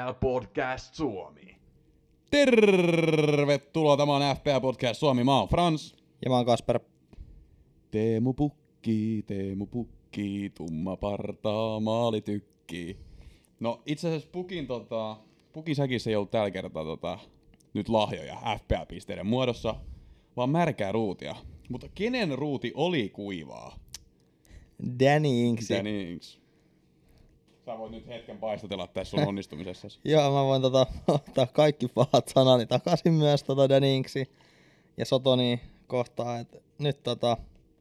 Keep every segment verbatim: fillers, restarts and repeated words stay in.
A Podcast Suomi. Tervetuloa, tämä on F P A Podcast Suomi, mä oon Frans. Ja mä oon Kasper. Teemu Pukki, Teemu Pukki, tumma partaa, maali tykkii. No itse asiassa Pukin, tota, Pukin säkissä ei ollut tällä kertaa tota, nyt lahjoja F P A-pisteiden muodossa, vaan märkää ruutia. Mutta kenen ruuti oli kuivaa? Danny Inksin. Danny Inks. Sä voit nyt hetken paistatella tässä sun onnistumisessasi. Joo, mä voin tota, ottaa kaikki pahat sanani takaisin myös tota Danny Inksin ja Sotoni kohtaa. Et nyt tota,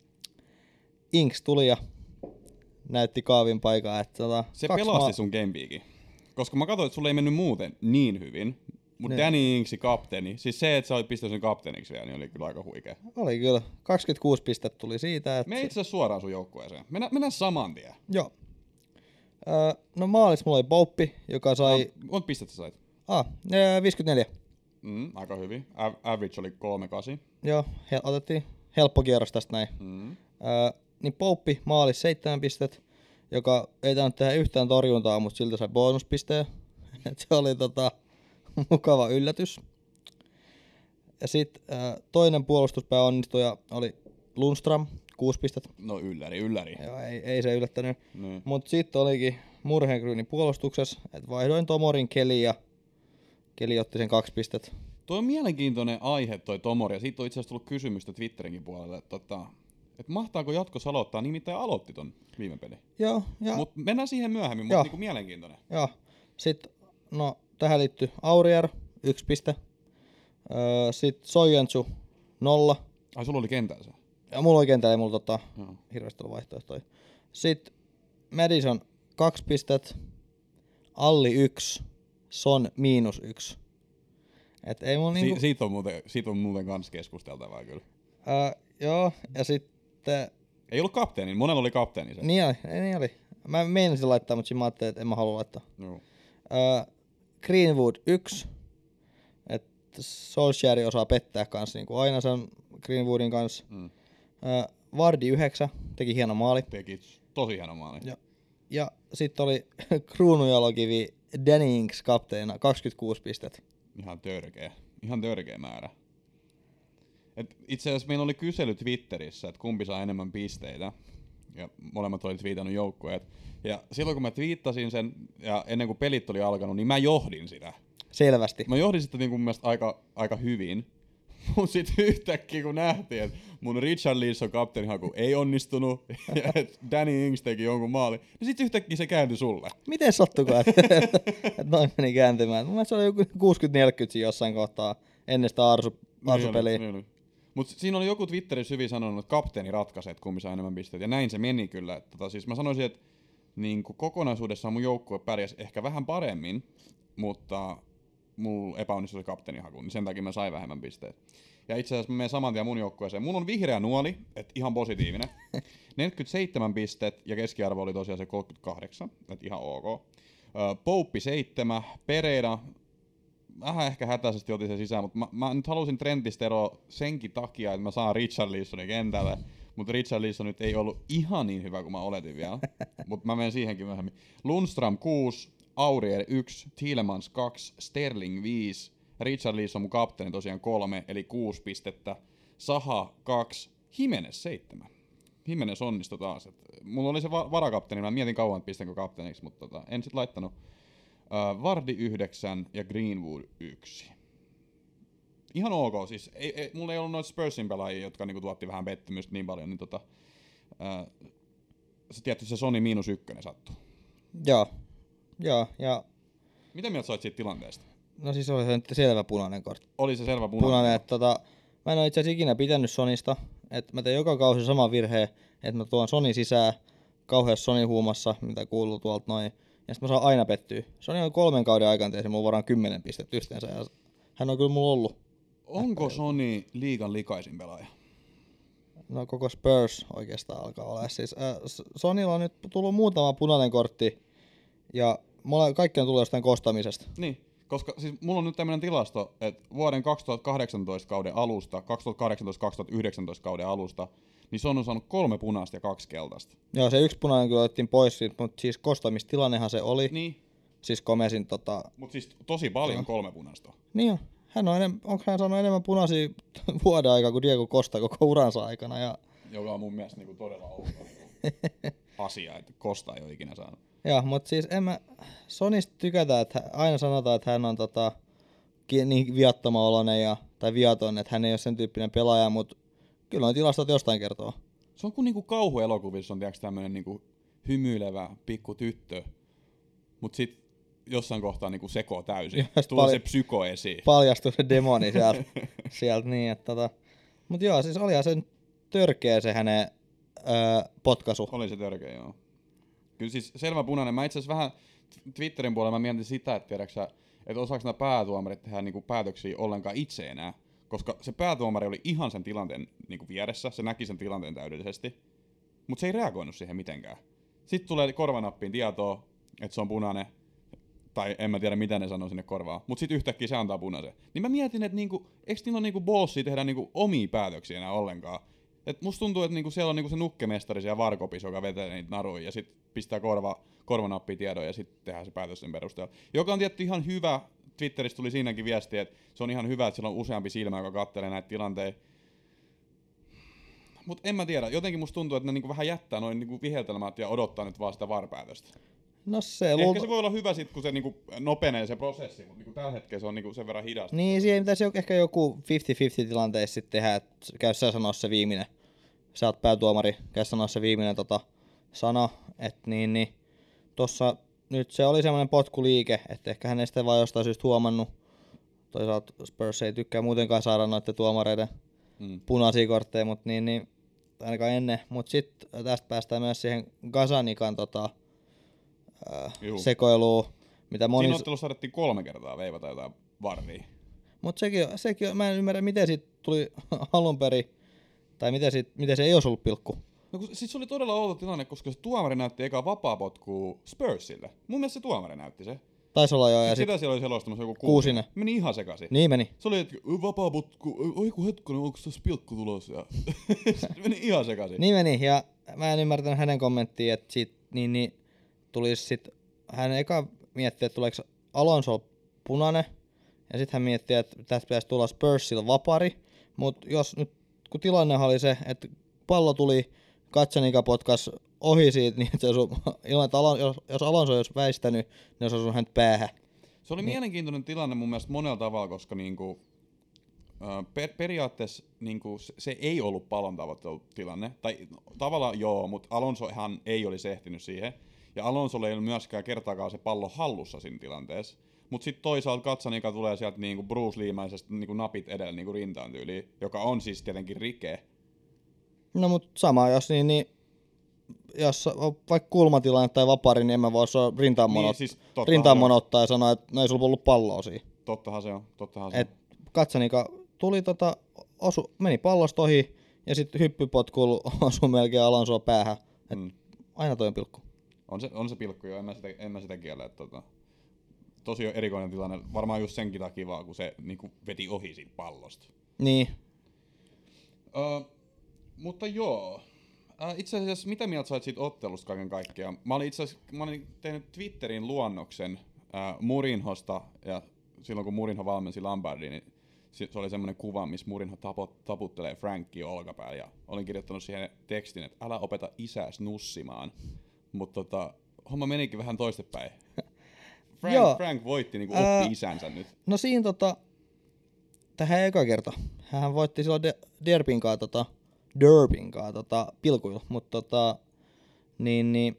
Inks tuli ja näytti kaavin paikan. Et, tota, Se pelasti ma- sun gameweekin. Koska mä katsoin, että sulle ei mennyt muuten niin hyvin. Mutta Danny Inksi kapteeni, siis se, että sä olit pistänyt sen kapteeniksi vielä, niin oli kyllä aika huikea. Oli kyllä. kaksikymmentäkuusi pistettä tuli siitä. Että... Me itse asiassa suoraan sun joukkueeseen. Mennään, mennään saman tien. Joo. Öö, no maalis mulla oli Pouppi, joka sai... Ah, monta pistettä sait? Ah, viisikymmentäneljä. Mm, aika hyvin. A- average oli kolme kahdeksan. Joo, he- otettiin helppo kierros tästä näin. Mm. Öö, niin Pouppi maalis seitsemän pistet, joka ei tainnut tehdä yhtään torjuntaa, mutta siltä sai bonuspisteen. Se oli tota, mukava yllätys. Ja sit öö, toinen puolustuspääonnistuja oli Lundström, kuusi pistettä. No ylläri, ylläri. Joo, ei, ei se yllättänyt. Niin. Mut sitten olikin Murhengryynin puolustuksessa, että vaihdoin Tomorin Keli ja Keli otti sen kaksi pistettä. Toi on mielenkiintoinen aihe toi Tomori, ja siitä on itse asiassa tullut kysymystä Twitterinkin puolelle, että tota, et mahtaako jatkossa aloittaa, nimittäin aloitti ton viime pelin. Joo, ja Mut mennään siihen myöhemmin, mutta niinku mielenkiintoinen. joo. Sitten, no tähän liittyy Aurier, yksi piste. Öö, sitten Soyuncu, nolla. Ai sulla oli kentällä se? Ja mulla oikein täällä ei mulla tota, Joo. hirveästi ollut vaihtoehtoja. Sitten Madison, kaksi pistet. Alli, yksi. Son, miinus yksi. Et ei mulla niinku... Si- siitä, on muuten, siitä on muuten kans keskusteltavaa kyllä. Öö, joo, ja sitten... Ei ollut kapteeni, monella oli kapteeni se. Niin oli, ei niin oli. Mä meinasin laittaa, mutta mä ajattelin, että en mä halua laittaa. Joo. Öö, Greenwood yksi. Että Solskjaer osaa pettää kans, niin kuin aina se on Greenwoodin kanssa. Mm. Öö, Vardy yhdeksän, teki hieno maali. Teki tosi hieno maali. Ja, ja sitten oli kruununjalokivi Danny Inks kapteenina, kaksikymmentäkuusi pistettä. Ihan törkeä. Ihan törkeä määrä. Et itse asiassa meillä oli kysely Twitterissä, että kumpi saa enemmän pisteitä. Ja molemmat oli twiitannut joukkueet. Ja silloin kun mä twiittasin sen, ja ennen kuin pelit oli alkanut, niin mä johdin sitä. Selvästi. Mä johdin sitä niin kuin mun mielestä aika, aika hyvin. Mut sit yhtäkkiä kun nähtiin, että mun Richarlison kapteenihaku ei onnistunut, ja että Danny Ings teki jonkun maali, niin sit yhtäkkiä se kääntyi sulle. Miten sattukaan, että et noin meni kääntymään? Mun mielestä se oli joku kuusikymmentä neljäkymmentä siinä jossain kohtaa ennen sitä arsu, arsupeliä. Niin oli, niin oli. Mut siinä oli joku Twitterissä hyvin sanonut, että kapteeni ratkaisee, että kumpi saa enemmän pisteitä. Ja näin se meni kyllä. Että, tota, siis mä sanoisin, että niin kokonaisuudessaan mun joukkue pärjäsi ehkä vähän paremmin, mutta mulla epäonnistui se kapteenihaku, niin sen takia mä sain vähemmän pisteitä. Ja itse asiassa mä menen saman tien mun joukkueeseen. Mun on vihreä nuoli, että ihan positiivinen. neljäkymmentäseitsemän pistet ja keskiarvo oli tosiaan se kolmekymmentäkahdeksan, että ihan ok. Pouppi seitsemän, Pereira vähän ehkä hätäisesti otin sen sisään, mutta mä, mä nyt halusin Trentistä eroa senkin takia, että mä saan Richarlisonin kentälle, mutta Richarlison nyt ei ollut ihan niin hyvä kuin mä oletin vielä, mutta mä menen siihenkin myöhemmin. Lundström kuusi, Aurier yksi, Tielemans kaksi, Sterling viisi, Richarlison mun kapteeni tosiaan kolme, eli kuusi pistettä, Saha kaksi, Jimenez seitsemän. Jimenez onnistui taas. Et mulla oli se va- varakapteeni, mä mietin kauan, että pistänkö kapteeniksi, mutta tota, en sit laittanut. Uh, Vardy yhdeksän ja Greenwood yksi. Ihan ok, siis ei, ei, mulla ei ollut noita Spursin pelaajia, jotka niinku tuotti vähän pettymystä niin paljon, niin tota, uh, se tietysti se Sony miinus ykkönen sattuu. Joo, joo, ja Mitä mieltä sä oot siitä tilanteesta? no siis oli se nyt selvä punainen kortti. Oli se selvä punainen? Punainen, että tota, mä en ole itse asiassa ikinä pitänyt Sonista, että mä teen joka kausi sama virhe, että mä tuon Sony sisään kauheassa Sony huumassa, mitä kuuluu tuolta noin. Ja sit mä saan aina pettyä. Sony on kolmen kauden aikana teesi mulla varaan kymmenen pistettä yhteensä. Ja hän on kyllä mulla ollut. Onko Sony liigan likaisin pelaaja? No koko Spurs oikeastaan alkaa olla. Siis, äh, Sonylla on nyt tullut muutama punainen kortti. Ja mulla kaikki on tullut jostain kostamisesta. Niin, koska siis mulla on nyt tämmönen tilasto, että vuoden kaksituhattakahdeksantoista kauden alusta, kaksituhattakahdeksantoista kaksituhattayhdeksäntoista kauden alusta, niin se on saanut kolme punaista ja kaksi keltaista. Joo, se yksi punainen kyllä otettiin pois, mutta siis kostamistilannehan se oli. Niin. siis komesin tota... Mut siis tosi paljon no. kolme punaista. Niin on. Hän on enem... Onko hän saanut enemmän punaisia vuoden aikaa kuin Diego Costa koko uransa aikana? Ja... Joka on mun mielestä niinku todella outo asia, että Costa ei ole ikinä saanut. Joo, mutta siis en mä... Sonista tykätään, että aina sanotaan, että hän on tota... niin viattomaoloinen ja... tai viaton, että hän ei ole sen tyyppinen pelaaja, mutta kyllä on tilastot jostain kertoo. Se on kuin niinku kauhuelokuvissa on tiiäks tämmönen niinku hymyilevä pikku tyttö, mut sit jossain kohtaa niinku sekoo täysin. Tulee pal- se psyko esiin. Paljastui se demoni sieltä, sieltä niin, että tota... Mut joo, siis olihan sen törkeä se hänen öö, potkaisu. Oli se törkeä, joo. Kyllä siis selvä punainen. Mä itse asiassa vähän Twitterin puolella mä mietin sitä, että tiedäksä, että osaako nämä päätuomarit tehdä niinku päätöksiä ollenkaan itse enää. Koska se päätuomari oli ihan sen tilanteen niinku vieressä, se näki sen tilanteen täydellisesti. Mut se ei reagoinut siihen mitenkään. Sitten tulee korvanappiin tietoa, että se on punainen. Tai en mä tiedä mitä ne sanoo sinne korvaan. Mut sit yhtäkkiä se antaa punaisen. Niin mä mietin, että niinku, eikö niillä ole niinku ballsia tehdä niinku omia päätöksiä enää ollenkaan. Et musta tuntuu, että niinku siellä on niinku se nukkemestari siellä varkopissa, joka vetää niitä naruja ja sit pistää korva, korvanappiin tiedon ja sitten tehdään se päätös sen perusteella. Joka on tietty ihan hyvä. Twitterissä tuli siinäkin viesti, että se on ihan hyvä, että siellä on useampi silmä, joka kattelee näitä tilanteita. Mut en mä tiedä, jotenkin musta tuntuu, että ne niinku vähän jättää noin niinku viheltelmät ja odottaa nyt vaan sitä varpäätöstä. No se Ehkä luulta... se voi olla hyvä sit, kun se niinku nopenee se prosessi, mutta niinku tällä hetkellä se on niinku sen verran hidasta. Niin, siihen pitäisi ehkä joku viisikymmentä viisikymmentä tilanteessa sitten tehdä, että käy sä sanoa se viimeinen. Sä oot päätuomari, käy sanoa se viimeinen tota, sana, että niin, niin tossa nyt se oli semmoinen potkuliike, että ehkä hän ei sitä vaan jostain syystä huomannut. Toisaalta Spurs ei tykkää muutenkaan saada noiden tuomareiden mm. punaisia kortteja, mutta niin, niin ainakaan ennen. Mutta sitten tästä päästään myös siihen Gazanikan tota, äh, sekoiluun, mitä moni... Siinä ottelussa saadettiin kolme kertaa veivata jotain varria. Mutta sekin, sekin, mä en ymmärrä, miten siitä tuli alun perin, tai miten, siitä, miten se ei olisi ollut pilkku. No kun, siis se oli todella outo tilanne, koska se tuomari näytti eka vapaapotkua Spursille. Mun mielestä se tuomari näytti se. Taisi olla joo. Ja ja sitä sit... siellä oli selostamassa joku kuusinen. Meni ihan sekaisin. Niin meni. Se oli, että vapaapotku, oi kun hetkonen, onko tässä pilkku tulossa? Ja meni ihan sekaisin. Niin meni, ja mä en ymmärtänyt hänen kommenttia, että siitä niin, niin, tulisi sit, hän eka miettii, että tuleeko Alonso punainen, ja sitten hän miettii, että tästä pitäisi tulla Spursilla vapari, mutta jos nyt, kun tilanne oli se, että pallo tuli, Katsanika potkas ohi siitä, niin että se osu, ilman, että Alon, jos, jos Alonso olisi väistänyt, niin se osui hänet päähän. Se oli niin. mielenkiintoinen tilanne mun mielestä monella tavalla, koska niinku, per, periaatteessa niinku, se, se ei ollut pallon tavoittelutilanne. Tai no, tavallaan joo, mutta Alonsohan ei olisi ehtinyt siihen. Ja Alonsolla ei ollut myöskään kertaakaan se pallo hallussa siinä tilanteessa. Mutta sitten toisaalta Katsanika tulee sieltä niinku Bruce Lee-mäisestä niinku napit edellä niinku rintaan tyyliin, joka on siis tietenkin rike. No mut sama, jos niin, niin jos on vaikka kulmatilanne tai vapari, niin en mä voi sanoa rintaan monot, niin, siis monottaa ja sanoa, että no ei sulla ollut palloa siinä. Tottahan se on, tottahan se Et Katsanika tuli tota, osu, meni pallosta ohi ja sitten hyppypotkulla osui melkein Alonsoa päähän. Et mm. Aina toi on pilkku. On se, on se pilkku jo, en mä sitä, en mä sitä kiellä. Tota, tosi erikoinen tilanne, varmaan just senkin takia vaan, kun se niinku veti ohi siitä pallosta. Niin. Uh, mutta joo. Uh, itse asiassa, mitä mieltä sait siitä ottelusta kaiken kaikkiaan? Mä olin itse asiassa mä olin tehnyt Twitterin luonnoksen uh, Mourinhosta, ja silloin kun Mourinho valmensi Lampardia, niin se oli semmoinen kuva, missä Mourinho tapot, taputtelee Frankia olkapäällä, ja olin kirjoittanut siihen tekstin, että älä opeta isääs nussimaan. Mutta tota, homma menikin vähän toistepäin. Frank, Frank voitti niinku oppi Ää, isänsä nyt. No siinä tota, tähän eka kerta. Hän voitti silloin de- Derbin kaa tota, Derbin kaa tota, pilkuilla, mutta tota, niin, niin,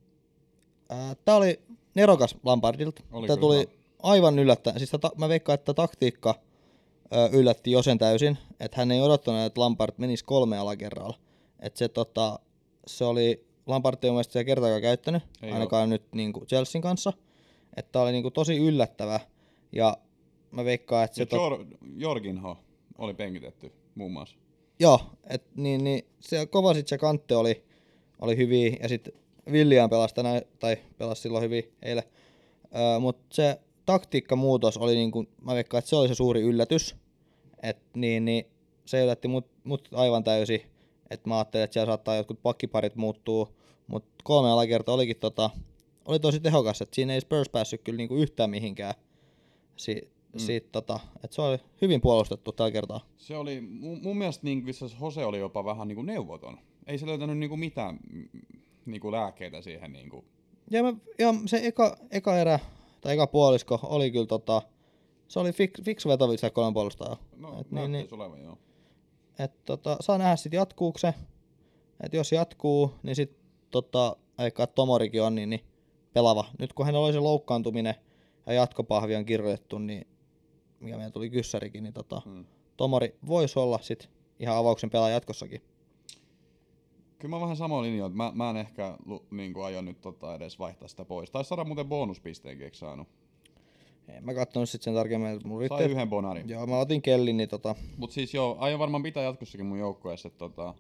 ää, tää oli nerokas Lampardilta. Tää tuli aivan yllättäen. Siis ta- mä veikkaan, että taktiikka ää, yllätti jo sen täysin, että hän ei odottanut, että Lampard menisi kolme alakerralla. Että se tota, se oli, Lampard ei ole mielestäni kertaakaan käyttänyt, ei ainakaan ole. Nyt niinku Chelsean kanssa. Että oli niinku tosi yllättävä, ja mä veikkaan, että se... Ja Jor- Jorginho oli penkitetty, muun muassa. Joo, et niin, niin se Kovacic ja Kante oli, oli hyviä, ja sitten William pelasi tänään, tai pelasi silloin hyvin eilen. Öö, mutta se taktiikkamuutos oli niinku, mä veikkaan, että se oli se suuri yllätys. Et niin, niin se yllätti mut, mut aivan täysin. Et mä ajattelin, että siellä saattaa jotkut pakkiparit muuttuu, mutta kolme alakerta olikin tota... oli tosi tehokas, että siinä ei Spurs päässyt kyllä niinku yhtään mihinkään. Si- mm. siitä, tota, että se oli hyvin puolustettu tällä kertaa. Se oli, mun, mun mielestä niin, Jose oli jopa vähän niin kuin neuvoton. Ei se löytänyt niin kuin mitään niin kuin lääkkeitä siihen. Niin kuin. Ja, mä, ja se eka, eka erä, tai eka puolisko oli kyllä tota, se oli fik, fiksu veto sitä kolmen puolustajaa. No, et niin, niin, olevan, joo. Et, tota, saa nähdä sit jatkuuko se. Et jos jatkuu, niin sit tota, eikä Tomorikin on niin, niin pelava. Nyt kun hänellä oli se loukkaantuminen ja jatkopahvi on kirjoitettu, niin mikä meillä tuli kyssärikin, niin tota, hmm. Tomori voisi olla sit ihan avauksen pelaaja jatkossakin. Kyllä mä oon vähän samoin linjoilla, että mä, mä en ehkä niin kuin aion nyt tota edes vaihtaa sitä pois. Taisi saada muuten bonuspisteenkin, eikö saanut? En mä kattonut sit sen tarkemmin. Mulla sai yhden bonarin. Joo, mä otin Kellin, niin tota... Mut siis joo, aion varmaan pitää jatkossakin mun joukkueessa, että tota...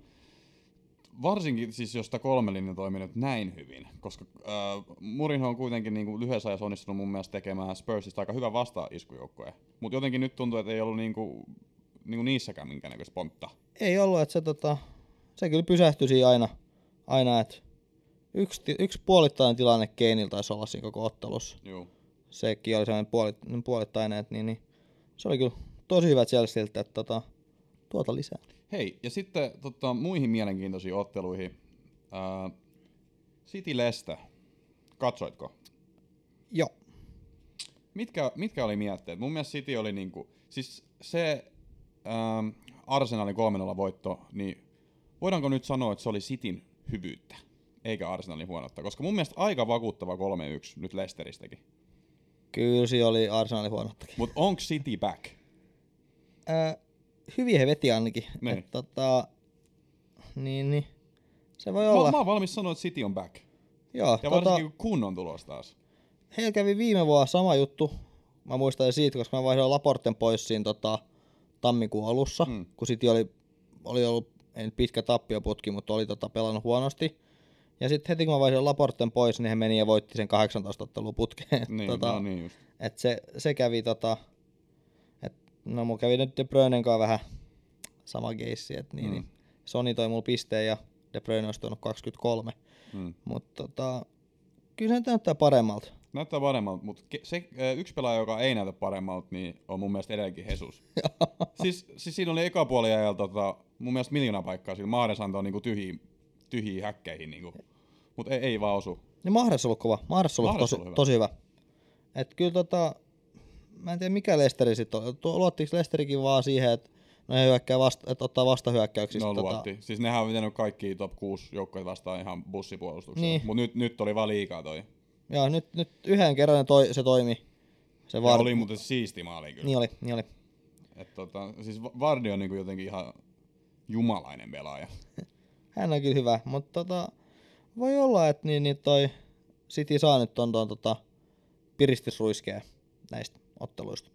Varsinkin siis, jos sitä kolme linja toimii nyt näin hyvin, koska äh, Mourinho on kuitenkin niin kuin lyhyessä ajassa onnistunut mun mielestä tekemään Spursista aika hyvä vasta-iskujoukkue. Mutta jotenkin nyt tuntuu, että ei ollut niin kuin, niin kuin niissäkään minkäännäköistä pontta. Ei ollut, että se, tota, se kyllä pysähtyi siinä aina, aina että yksi, yksi puolittainen tilanne Keinillä taisi olla siinä koko ottelussa. Joo. Sekin oli sellainen puolit, puolittainen, että niin, niin, se oli kyllä tosi hyvä siellä siltä, että tota, tuota lisää. Hei, ja sitten tota, muihin mielenkiintoisiin otteluihin. Ää, City Leicester. Katsoitko? Joo. Mitkä, mitkä oli mietteet? Mun mielestä City oli niinku, siis se ää, Arsenalin kolme nolla voitto, niin voidaanko nyt sanoa, että se oli Cityn hyvyyttä, eikä Arsenalin huonoutta? Koska mun mielestä aika vakuuttava kolme yksi nyt Leicesteristäkin. Kyllä se oli Arsenalin huonottakin. Mut onko City back? Ää, hyvin he veti ainakin. Niin. Et, tota, niin, niin. Se voi mä, olla. Mä oon valmis sanoa, että City on back. Joo, ja tota, varsinkin kun kun on tulossa taas. Heillä kävi viime vuonna sama juttu. Mä muistan siitä, koska mä vaihdoin Laporten pois siinä tota, tammikuun alussa, mm. kun City oli, oli ollut ei nyt pitkä tappioputki, mutta oli tota, pelannut huonosti. Ja sitten heti kun mä vaihdoin Laporten pois, niin he meni ja voitti sen kahdeksantoista ottelua putkeen. Niin, tota, no niin just. Et se, se kävi tota, et, no mulla kävi nyt De Bruynen kanssa vähän sama keissi, että niin, mm. niin Sony toi mulla pisteen ja De Bruyne olisi tuonut kaksikymmentäkolme. Mm. Mutta tota, kyllä se näyttää paremmalta. Näyttää paremmalta, mutta se yksi pelaaja, joka ei näytä paremmalta, niin on mun mielestä edelleenkin Jesus. siis, siis siinä oli eka puoli ajalla tota, mun mielestä miljoona paikkaa, sillä Mahrez antoi niinku tyhjiä, tyhjiä häkkeihin, niinku. Mutta ei, ei vaan osu. Ja Mahrez on ollut kova, Mahrez on ollut tosi, hyvä. tosi hyvä. Et kyllä tota, mä en tiedä mikä Leicesteri sitten on. Luottiinko Leicesterikin vaan siihen, että no he hyökkää vasta, että ottaa vastahyökkäyksistä. No tota... luotti. Siis nehän on vetänyt kaikki top kuusi joukkoja vastaan ihan bussipuolustuksella. Niin. Mutta nyt, nyt oli vaan liikaa toi. Joo, nyt, nyt yhden kerran toi, se toimi. Se Var... oli muuten siisti maali kyllä. Niin oli, niin oli. Et tota, siis Vardy on niinku jotenkin ihan jumalainen pelaaja. Hän on kyllä hyvä, mutta tota, voi olla, että niin, niin toi City saa nyt ton, ton tota, piristysruiskea näistä otteluista.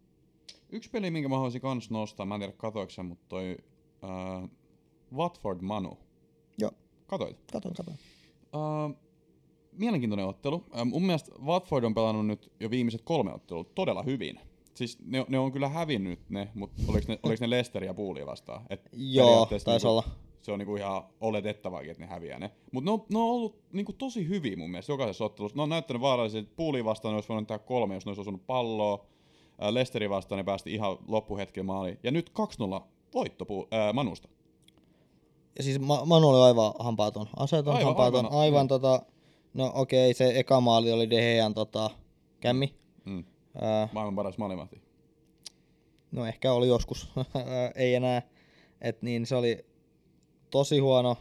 Yksi peli, minkä mä haluaisin kans nostaa, mä en tiedä katoiko sen, mutta toi uh, Watford Manu. Joo. Katoit? Katoin, katoin. Uh, mielenkiintoinen ottelu. Uh, mun mielestä Watford on pelannut nyt jo viimeiset kolme ottelua todella hyvin. Siis ne, ne on kyllä hävinnyt ne, mutta oliko ne, oliko ne Leicester ja Poolia vastaan? Et Joo, taisi niinku, olla. Se on niinku ihan oletettavaakin, että ne häviää ne. Mutta ne, ne on ollut niinku tosi hyviä mun mielestä jokaisessa ottelussa. Ne on näyttänyt vaarallisesti, että Poolia vastaan ne olisi voinut tehdä kolme, jos ne olisi osunut palloa. Uh, Leicesterin vastaan ne päästi ihan loppuhetkellä maaliin. Ja nyt kaksi nolla voitto Pool- äh, Manusta. Ja siis Ma- Manu oli aivan hampaaton. Aseton, aivan, hampaaton. Aivan, aivan niin. tota... No okei, okay, se eka maali oli De Gean tota, kämmi. Mm. Äh, Maailman paras maalivahti. No ehkä oli joskus, ei enää. Et niin, se oli tosi huono.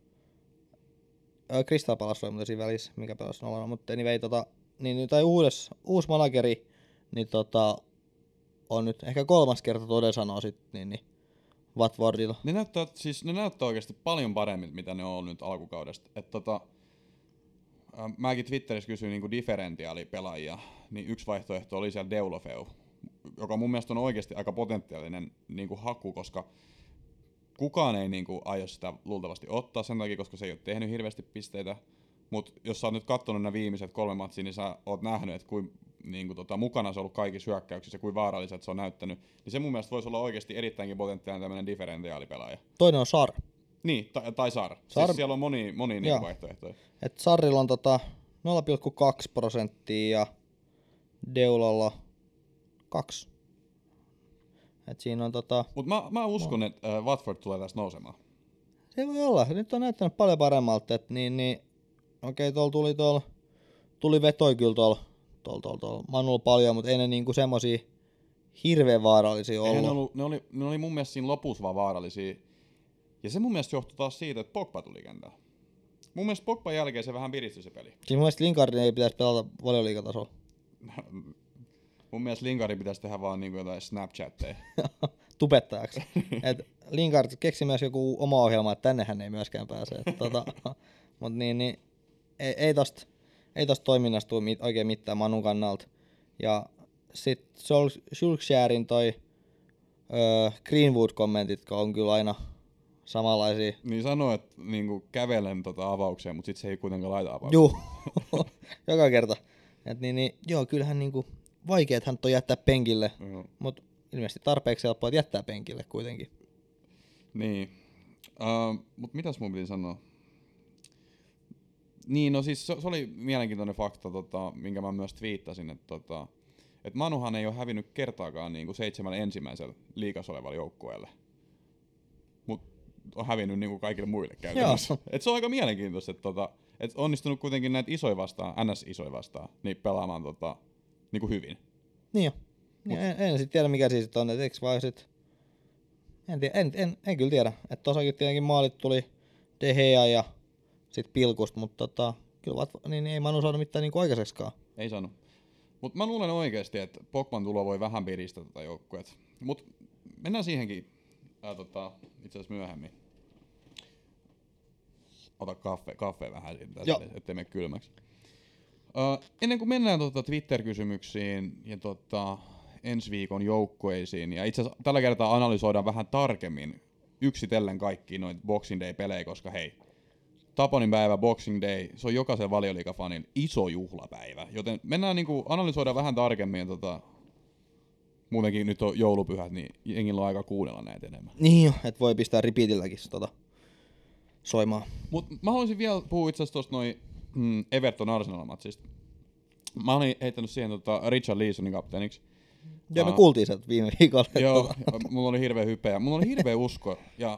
Crystal Palace oli muuten siinä välissä, mikä pelasi nollana, mutta anyway, tota, niin, tai uudes, uusi manageri, niin tota, on nyt ehkä kolmas kerta toden sanoo sit, niin, niin Watfordilla. Ne näyttää, siis ne näyttää oikeasti paljon paremmin, mitä ne on ollut nyt alkukaudesta. Et tota, äh, mäkin Twitterissä kysyin niinku differentiaalipelaajia, niin yksi vaihtoehto oli siellä Deulofeu, joka mun mielestä on oikeasti aika potentiaalinen niinku haku, koska kukaan ei niinku aio sitä luultavasti ottaa sen takia, koska se ei ole tehnyt hirveästi pisteitä. Mutta jos sä oot nyt katsonut nämä viimeiset kolme matsia, niin sä oot nähnyt, että kuin niinku tota, mukana se on ollut kaikissa hyökkäyksissä ja kuin vaaralliset se on näyttänyt. Niin se mun mielestä voisi olla oikeasti erittäinkin potentiaalinen tämmöinen differentiaalipelaaja. Toinen on Sar. Niin, ta- tai Sar. Sar. Siis siellä on moni, moni niinku vaihtoehtoja. Et Sarrilla on tota, nolla pilkku kaksi prosenttia ja Deulalla kaksi. Et siinä on tota... Mut mä, mä uskon, no. että äh, Watford tulee tästä nousemaan. Se voi olla. Nyt on näyttänyt paljon paremmalta, että niin, niin okei, tuolla tuli tuolla, tuli vetoi kyllä tuolla, tuolla, tuolla, tuolla Manulla paljon, mutta ei ne niinku semmosia hirveän vaarallisia ollut. Ne, ollut, ne, oli, ne oli mun mielestä siinä lopussa vaan vaarallisia. Ja se mun mielestä johtui taas siitä, että Pogba tuli kentällä. Mun mielestä Pogban jälkeen se vähän piristyi se peli. Siis mun mielestä Lingardin ei pitäisi pelata valioliigatasolla. Mun mielestä Lingardin pitäisi tehdä vaan niinku jotain Snapchatteja. Tubettajaksi. Et Lingard keksi myös joku oma ohjelma, että tänne hän ei myöskään pääse. tota, Mutta niin, niin, ei, ei, tosta, ei tosta toiminnasta tule mit, oikein mitään Manun kannalta. Ja sit Solskjärin toi öö, Greenwood-kommentit on kyllä aina samanlaisia. Niin sanoo, että niinku kävelen tota avaukseen, mutta sit se ei kuitenkaan laita avaukseen. Juu, joka kerta. Et niin, niin, joo, kyllähän niinku vaikeet hän toi jättää penkille, mm. mutta ilmeisesti tarpeeksi helppoa, että jättää penkille kuitenkin. Niin, uh, mutta mitäs mun piti sanoa? Niin, no siis se, se oli mielenkiintoinen fakta, tota, minkä mä myös twiittasin, että tota, et Manuhan ei ole hävinnyt kertaakaan niinku seitsemällä ensimmäisellä liigassa olevalle joukkueelle. Mut on hävinnyt niinku kaikille muille käytännössä. Et se on aika mielenkiintoista, että tota, et onnistunut kuitenkin näitä isoja vastaan, N S-isoja vastaan, niin pelaamaan tota, niinku hyvin. Niin jo. Mut. En, en sit tiedä mikä siis on, et eiks vai sit... En, tiedä, en, en, en kyllä tiedä. Että tossakin tietenkin maalit tuli De Gea ja sit Pilkust, mutta tota, kyllä vat, niin ei Manu saanut mitään niinku aikaiseksikaan. Ei saanut. Mut mä luulen oikeesti, että Pogban tulo voi vähän piristää tätä joukkuetta. Mut mennään siihenkin ää, tota, itse asiassa myöhemmin. Ota kaffe, kaffe vähän siitä, ettei mene kylmäksi. Uh, ennen kuin mennään tota Twitter-kysymyksiin ja tota, ensi viikon joukkueisiin, ja itse asiassa tällä kertaa analysoidaan vähän tarkemmin yksitellen kaikki noita Boxing Day-pelejä, koska hei, Taponin päivä, Boxing Day, se on jokaisen Valioliigafanin iso juhlapäivä, joten mennään niinku analysoidaan vähän tarkemmin, tota, muutenkin nyt on joulupyhät, niin jengillä on aika kuunnella näitä enemmän. Niin jo, että voi pistää repeatilläkin tota soimaan. Mut mä haluaisin vielä puhua itse asiassa tosta noin mm, Everton Arsenal-matsista. Mä olin heittänyt siihen tota Richard Leesonin kapteeniksi. Ja me uh, kuultiin sen viime viikolla. Joo, mulla oli hirveä hype ja mulla oli hirveä usko. Ja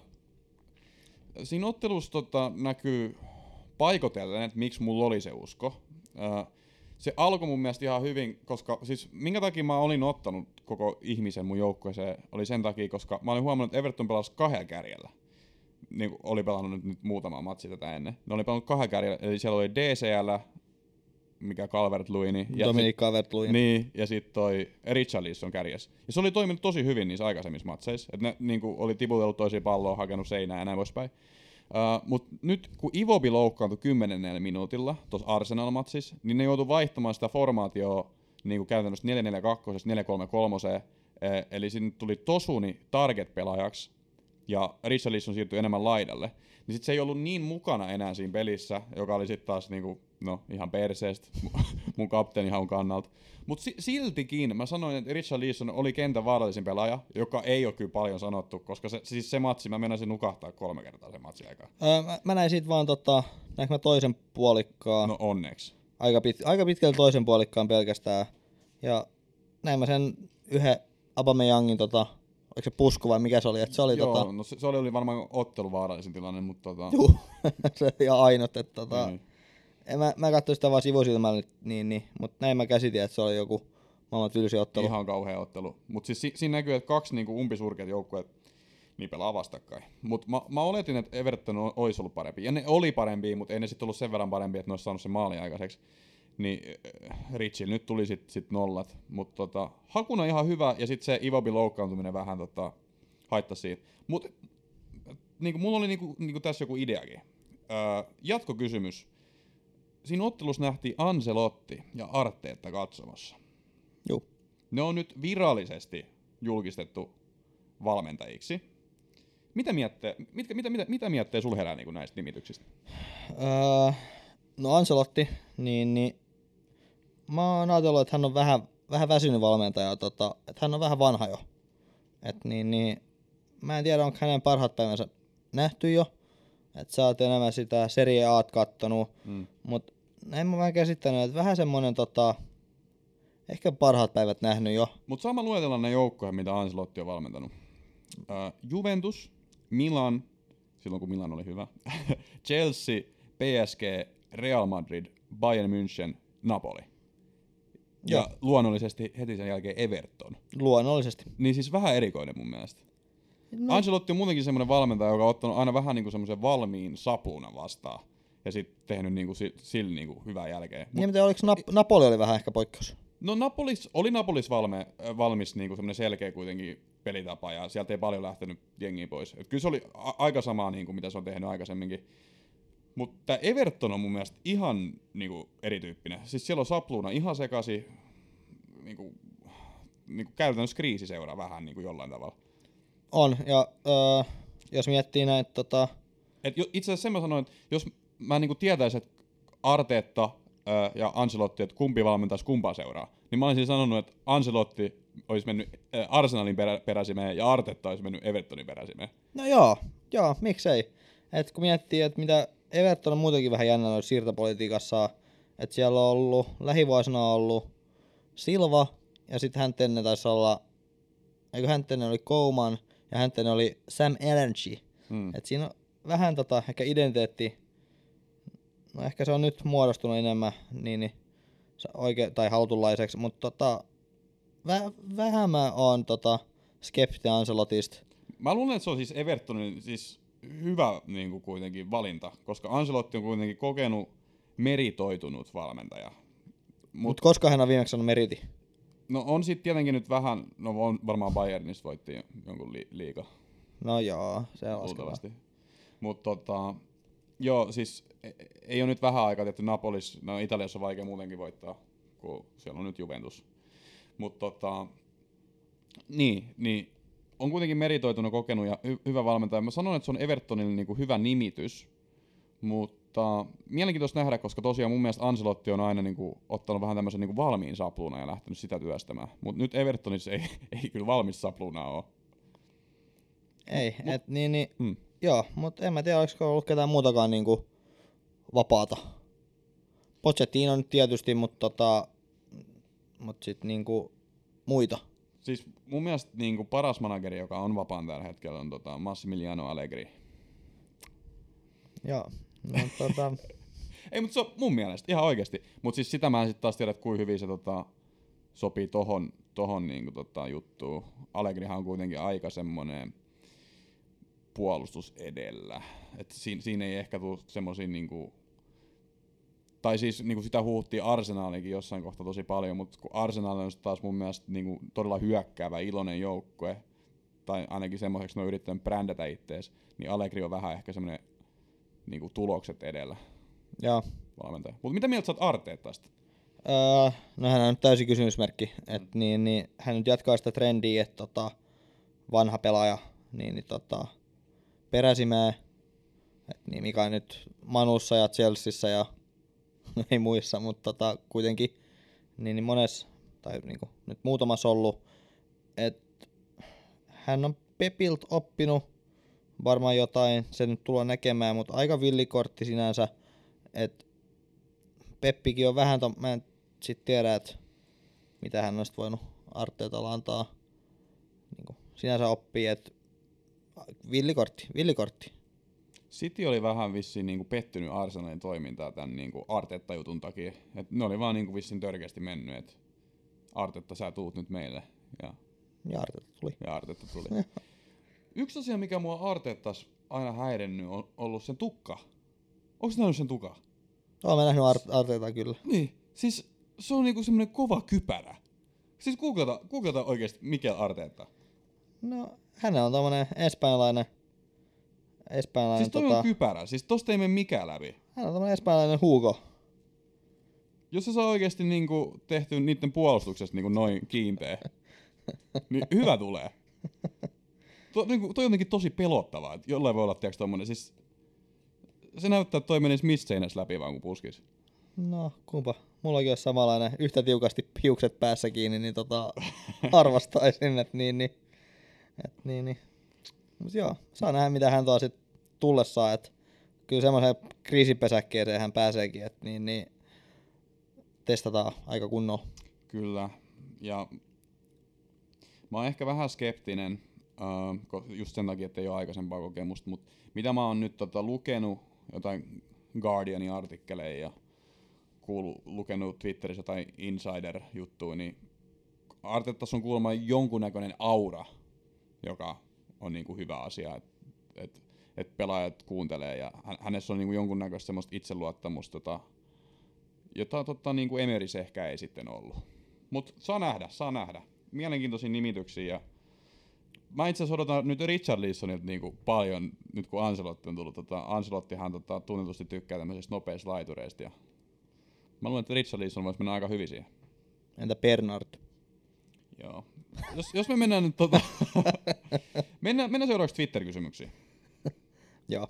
siinä ottelussa tota, näkyy paikotellen, että miksi mulla oli se usko. Uh, se alkoi mun mielestä ihan hyvin, koska siis minkä takia mä olin ottanut koko ihmisen mun joukkueeseen, oli sen takia, koska mä olin huomannut, että Everton pelasi kahdella kärjellä. Niin kuin oli pelannut nyt, nyt muutama matsi tätä ennen. Ne oli pelannut kahden kärjellä, eli siellä oli D C L, mikä Calvert-Lewin. Dominic Calvert-Lewin. Niin, ja sitten toi Richarlison kärjessä. Ja se oli toiminut tosi hyvin niissä aikaisemmissa matseissa. Että ne niin kuin, oli tiputellut toisia palloa, hakenut seinää ja näin poispäin. Uh, Mutta nyt kun Iwobi loukkaantui kymmenennellä minuutilla tuossa Arsenal-matsissa, niin ne joutui vaihtamaan sitä formaatioa niin kuin käytännössä neljä neljä kaksi neljä kolme kolme. Eh, eli sinne tuli Tosuni target-pelaajaksi, ja Richarlison siirtyi enemmän laidalle, niin sit se ei ollut niin mukana enää siinä pelissä, joka oli sitten taas niinku, no, ihan perseestä mun kapteenihaun kannalta. Mutta si- siltikin mä sanoin, että Richarlison oli kentän vaarallisin pelaaja, joka ei ole kyllä paljon sanottu, koska se, siis se matsi, mä meinasin nukahtaa kolme kertaa sen matsin aikaa. Öö, mä, mä näin sit vaan tota, näinkö mä toisen puolikkaan. No onneksi. Aika, pit, aika pitkälle toisen puolikkaan pelkästään. Ja näin mä sen yhden Aubameyangin tota, oliko se pusku vai mikä se oli? Et se oli Joo, tota... no se, se oli varmaan otteluvaarallisin tilanne, mutta tota... Juu, se oli ihan ainut, että tota... Niin. En mä, mä katsoin sitä vaan sivusilmällä, niin, niin, mutta näin mä käsitin, että se oli joku maailman tylsi ottelu. Ihan kauhea ottelu. Mutta siis si, siinä näkyy, että kaksi niinku umpisurkeat joukkueet niin pelaa vastakkain. Mutta mä, mä oletin, että Everton olisi ollut parempi. Ja ne oli parempia, mutta ei ne sitten ollut sen verran parempi, että ne olisi saanut sen maalin aikaiseksi. Niin Richille nyt tuli sitten sit nollat. Mutta tota, hakuna ihan hyvä, ja sitten se Iwobi loukkaantuminen vähän tota, haittasi siitä. Mutta niinku, mulla oli niinku, niinku tässä joku ideakin. Öö, jatkokysymys. Siinä ottelussa nähtiin Ancelotti ja Arteetta katsomassa. Joo. Ne on nyt virallisesti julkistettu valmentajiksi. Mitä miettii, mitä, mitä, mitä, mitä miettii sulle herää niin näistä nimityksistä? Öö, no Ancelotti, niin, niin mä oon ajatellut, että hän on vähän, vähän väsynyt valmentaja, tota, että hän on vähän vanha jo. Et niin, niin, mä en tiedä, onko hänen parhaat päivänsä nähty jo. Että sä oot enemmän sitä Serie A:t kattonut, mm. mutta näin mä vähän käsittänyt, että vähän semmonen tota, ehkä parhaat päivät nähnyt jo. Mutta sama luetella ne joukkoja, mitä Ancelotti on valmentanut. Uh, Juventus, Milan, silloin kun Milan oli hyvä, Chelsea, P S G, Real Madrid, Bayern München, Napoli. Ja Joo. luonnollisesti heti sen jälkeen Everton. Luonnollisesti. Niin siis vähän erikoinen mun mielestä. No, Ancelotti on muutenkin semmoinen valmentaja, joka on ottanut aina vähän niinku semmoisen valmiin sapuuna vastaan. Ja sitten tehnyt niinku sillä niinku hyvää jälkeä. Mut, niin, mutta oliko Nap- Napoli oli vähän ehkä poikkeus? no Napolis, oli Napolis valme, valmis niinku semmoinen selkeä kuitenkin pelitapa ja sieltä ei paljon lähtenyt jengiä pois. Et kyllä se oli a- aika samaa niinku mitä se on tehnyt aikaisemminkin. Mutta tämä Everton on mun mielestä ihan niinku erityyppinen. Siis siellä on sapluuna ihan sekaisin, niinku, niinku käytännössä kriisiseura vähän niinku jollain tavalla. On, ja öö, jos miettii näitä tota, Et jo, itse asiassa sen mä sanoin, että jos mä niinku tietäisin, että Arteetta ää, ja Ancelotti, että kumpi valmentaisi kumpaa seuraa, niin mä olisin sanonut, että Ancelotti olisi mennyt ää, Arsenalin perä, peräsimeen ja Artetta olisi mennyt Evertonin peräsimeen. no joo, joo, miksei. Et kun miettii, että mitä Everton on muutenkin vähän jännä noissa siirtopolitiikassa, että siellä on ollut, lähivuosina on ollut Silva, ja sitten häntä ennen taisi olla, eikö häntä ennen oli Coman, ja häntä ennen oli Sam Allardyce. Hmm. Et siinä on vähän tota, ehkä identiteetti, no ehkä se on nyt muodostunut enemmän niin, niin se oikein, tai haltunlaiseksi, mutta tota, väh, vähän mä oon tota, skeptinen Ancelotista. Mä luulen, että se on siis Evertonin siis hyvä niin kuin kuitenkin valinta, koska Ancelotti on kuitenkin kokenut meritoitunut valmentaja. Mutta Mut, Mut koska hän on viimeksi sanonut meriti? no on sitten tietenkin nyt vähän, no on varmaan Bayernista voitti jonkun li- liiga. No joo, se lasketaan. Luultavasti. Mutta tota, joo, siis e- ei ole nyt vähän aikaa tehty Napolis, no Italiassa on vaikea muutenkin voittaa, kun siellä on nyt Juventus. Mutta tota, niin, niin, on kuitenkin meritoitunut, kokenut ja hy- hyvä valmentaja. Mä sanon, että se on Evertonille niinku hyvä nimitys, mutta mielenkiintoista nähdä, koska tosiaan mun mielestä Ancelotti on aina niinku ottanut vähän tämmöisen niinku valmiin sapluuna ja lähtenyt sitä työstämään. Mutta nyt Evertonissa ei, ei kyllä valmis sapluunaa ole. Ei, Mut- et niin, niin Hmm. joo, mutta en mä tiedä, olisiko ollut ketään muutakaan niinku vapaata. Pochettino nyt tietysti, mutta tota, mut sit niinku muita. Siis mun mielestä niinku paras manageri, joka on vapaan tällä hetkellä, on tota Massimiliano Allegri. Joo, no tota, Ei, mutta se on mun mielestä ihan oikeasti. Mutta siis sitä mä en sit taas tiedä, että kuinka hyvin se tota, sopii tohon, tohon niinku, tota, juttuun. Allegrihan on kuitenkin aika semmonen puolustus edellä. Et siinä, siinä ei ehkä tule semmosia niinku... Tai siis niinku sitä huuttiin Arsenalikin jossain kohtaa tosi paljon, mutta kun Arsenal on taas mun mielestä niinku todella hyökkäävä, iloinen joukkue, tai ainakin semmoiseksi ne on yrittänyt brändätä ittees, niin Allegri on vähän ehkä semmoinen niinku tulokset edellä joo. valmentaja. Mutta mitä mieltä sä oot Arteetasta? Öö, no hän on nyt täysin kysymysmerkki, että niin, niin, hän nyt jatkaa sitä trendiä, että tota, vanha pelaaja, niin, niin tota, peräsimään, et niin, mikä on nyt Manussa ja Chelseassa ja ei muissa, mutta tota, kuitenkin niin, niin monessa, tai niin kuin, nyt muutamassa ollut, että hän on Pepilt oppinut varmaan jotain, se nyt tullaan näkemään, mutta aika villikortti sinänsä, että Peppikin on vähän, to, mä en sit tiedä, että mitä hän on sit voinut Arteetalla antaa niin kuin sinänsä oppii, että villikortti, villikortti. City oli vähän vissiin niinku pettynyt Arsenalin toimintaa tämän niinku Artetta-jutun takia. Et ne oli vaan niinku vissiin törkeästi mennyt, että Artetta sä tuut nyt meille. Ja, Ja Arteetta tuli. ja Artetta tuli. Yksi asia, mikä mua Artettas aina häirennyt, on ollut sen tukka. Onko sä nähnyt sen tuka? Olen nähnyt Ar- Arteetaa kyllä. Niin, siis se on niinku semmonen kova kypärä. Siis googlata, googlata oikeesti Mikel Arteta. No, hän on tommonen espanjalainen, espanjalainen Siis toi tota, on kypärä, siis tosta ei mene mikään läpi. hän on tommonen espanjalainen Hugo. Jos se saa oikeesti niinku tehty niiden puolustuksesta niinku noin kiinteä, niin hyvä tulee. To, niinku, toi on jotenkin tosi pelottavaa, että jollain voi olla tiiäks tommonen, siis se näyttää, että toi menisi missä seinässä läpi vaan kun puskis. No, kumpa. Mullakin olisi samanlainen yhtä tiukasti piukset päässä kiinni, niin tota, arvostaisin, että niin, niin, et niin, niin. Mut joo, saa nähdä mitä hän tuo sit tullessaan, että kyllä semmoiseen kriisipesäkkeeseen hän pääseekin, että niin, niin, testataan aika kunnolla. Kyllä, ja mä oon ehkä vähän skeptinen, uh, just sen takia, että ei ole aikaisempaa kokemusta, mutta mitä mä oon nyt tota, lukenut, jotain Guardianin artikkeleja ja kuulu, lukenut Twitterissä jotain insider-juttuja, niin Artetassa on kuulemma jonkunnäköinen aura, joka on niinku hyvä asia, että et, et pelaajat kuuntelee ja hänessä on niinku jonkunnäköistä semmoista itseluottamusta, tota, jota tota, niinku Emeris ehkä ei sitten ollut. Mutta saa nähdä, saa nähdä. Mielenkiintoisia nimityksiä. Ja mä itse asiassa odotan nyt Richarlisonilta niinku paljon, nyt kun Ancelotti on tullut. Tota, Ancelottihan tota, tunnetusti tykkää tämmöisistä nopeista laitureista. Ja mä luulen, että Richarlison voisi mennä aika hyvin siihen. Entä Bernard? Joo. Jos, jos me mennään nyt tota... mennään, mennään seuraavaksi Twitter-kysymyksiin. Joo.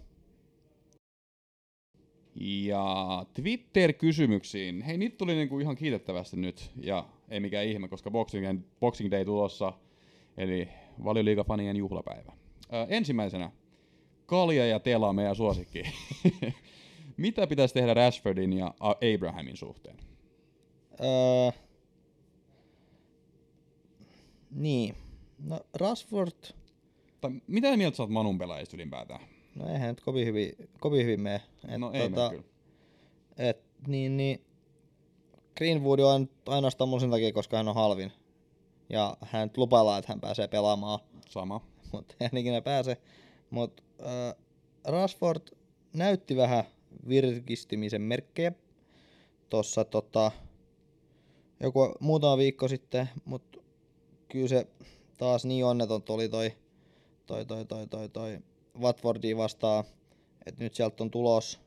Ja Twitter-kysymyksiin. Hei, niitä tuli niinku ihan kiitettävästi nyt, ja ei mikään ihme, koska Boxing, boxing Day tulossa, eli Valioliigafanien juhlapäivä. Ö, ensimmäisenä, Kalja ja Tela, meidän suosikki. Mitä pitäisi tehdä Rashfordin ja Abrahamin suhteen? Öö, niin, no Rashford... Tai mitä mieltä sä oot Manun pelaajista ylipäätään? No eihän nyt kovin hyvin, kovin hyvin mene. Et No ei tota, mene kyllä. Et, niin, niin, Greenwood on ainoastaan mun sen takia, koska hän on halvin. Ja hän lupaillaan, että hän pääsee pelaamaan. Sama. Mutta hän ikinä pääse. Mutta äh, Rashford näytti vähän virkistymisen merkkejä tossa tota, joku muutama viikko sitten, mutta kyllä se taas niin onneton oli toi toi toi toi toi, toi Watfordia vastaan, että nyt sieltä on tulos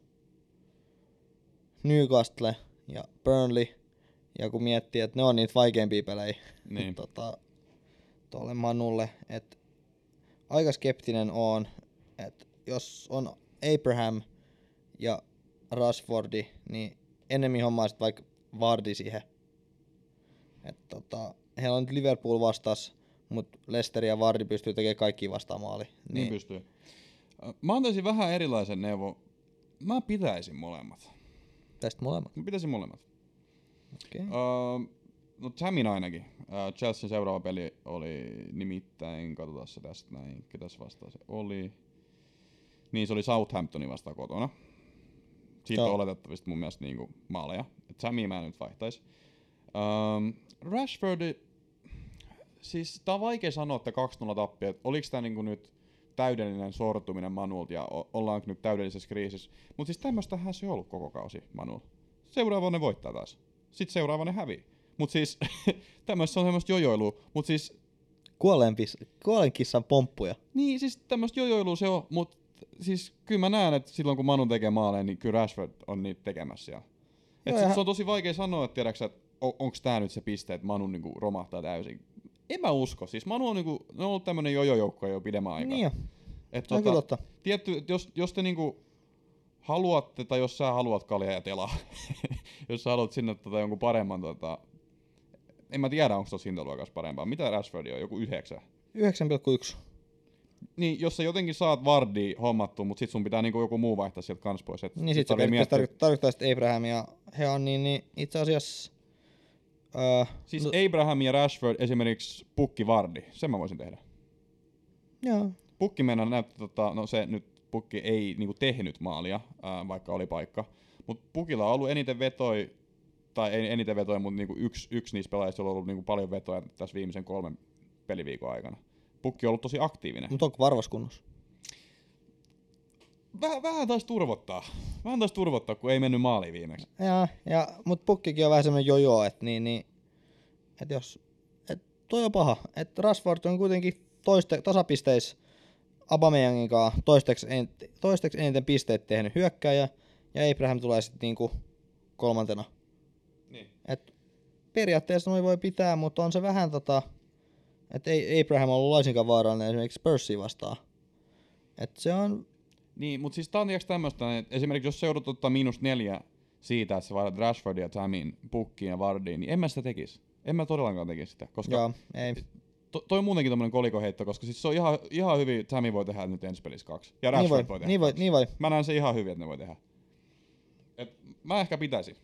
Newcastle ja Burnley, ja kun miettii, että ne on niitä vaikeimpia pelejä niin. tota, tuolle Manulle, että aika skeptinen on, että jos on Abraham ja Rashfordi, niin ennemmin hommaisit vaikka Vardy siihen. Et tota, heillä on nyt Liverpool vastas, mutta Leicester ja Vardy pystyy tekemään kaikki vastaan maali. Niin, niin pystyy. Mä antaisin vähän erilaisen neuvon. Mä pitäisin molemmat. Tästä molemmat? Mä pitäisin molemmat. Okay. Uh, no Jamin ainakin. Uh, Chelsean seuraava peli oli nimittäin, katsotaan se tästä näin, ketäs vastaan se oli. Niin se oli Southamptonin vastaan kotona. Siitä on oletettavasti mun mielestä niinku maaleja. Jamia mä en nyt vaihtais. Um, Rashford, siis tää on vaikea sanoa, että kaksi nolla tappia. Oliko tää niinku nyt täydellinen sortuminen Manulta ja o- ollaanko nyt täydellisessä kriisissä. Mutta siis tämmöstähän se on ollut koko kausi Manulla. Seuraava ne voittaa taas. Sitten seuraava ne hävii. Mut siis tämmöistä on semmoista jojoilua. Mut siis... Kuolen, pis- kuolen kissan pomppuja. Niin, siis tämmöistä jojoilua se on, mut siis kyllä mä näen, että silloin kun Manu tekee maaleja, niin kyllä Rashford on niitä tekemässä siellä. Et Joo, sit ja... se on tosi vaikea sanoa, että tiedätkö, että on, onks tää nyt se piste, että Manu niinku romahtaa täysin. En mä usko. Siis Manu on, niinku, ne on ollut tämmönen jojojoukko jo pidemmän aikaa. Niin jo. Et Se on kyllä totta. Tietty, jos, jos te niinku haluatte, tai jos sä haluat Kalja ja Telaa, jos sä haluat sinne tota jonkun paremman, tota, en mä tiedä, onko tuossa hintaluokassa parempaa. Mitä Rashfordia on? Joku yhdeksän? yhdeksän pilkku yksi. Niin, jos sä jotenkin saat Vardy hommattua, mutta sit sun pitää niinku joku muu vaihtaa sieltä kans pois. Et Niin sit se tarkoittaa, tarkoittaa, tarkoittaa sitten Abraham ja he on niin, niin itse asiassa... Uh, siis no, Abraham ja Rashford esimerkiksi Pukki Vardy, sen mä voisin tehdä. joo. Pukki mennä näyttää, tota, no se nyt Pukki ei niinku tehnyt maalia, ää, vaikka oli paikka. Mutta Pukilla on ollut eniten vetoi, tai ei eniten vetoi, mutta niinku yksi, yksi niistä pelaajista on ollut niinku paljon vetoja tässä viimeisen kolmen peliviikon aikana. Pukki on ollut tosi aktiivinen. Mutta onko varvas kunnossa? Vähän, vähän taisi turvottaa. Vähän taisi turvottaa, kun ei mennyt maaliin viimeksi. Ja, ja, mutta Pukkikin on vähän semmoinen jojo, että niin, niin, et jos, et toi on paha. Että Rashford on kuitenkin toiste, tasapisteis Aubameyangin kanssa toisteksi, en, toisteksi eniten pisteet tehnyt hyökkääjä, ja Abraham tulee sitten niinku kolmantena. Niin. Et periaatteessa noin voi pitää, mutta on se vähän tota, että ei Abraham on ollut laisinkaan vaarallinen esimerkiksi Spursia vastaan. Et se on... Niin, mutta siis tää on tämmöstä, että esimerkiksi jos se joudut ottaa miinus neljä siitä, että sä vaihdat Rashfordia, Jamin, Pukkiin ja Vardiin, niin en mä sitä tekisi. En mä todellakaan tekisi sitä, koska Joo, ei. To, toi on muutenkin tommonen kolikoheitto, koska siis se on ihan, ihan hyvin, Jami voi tehdä nyt ensi pelissä kaksi. Ja Rashford niin voi, voi tehdä niin voi, kaksi. niin voi. Mä näen se ihan hyvin, että ne voi tehdä. Et mä ehkä pitäisin.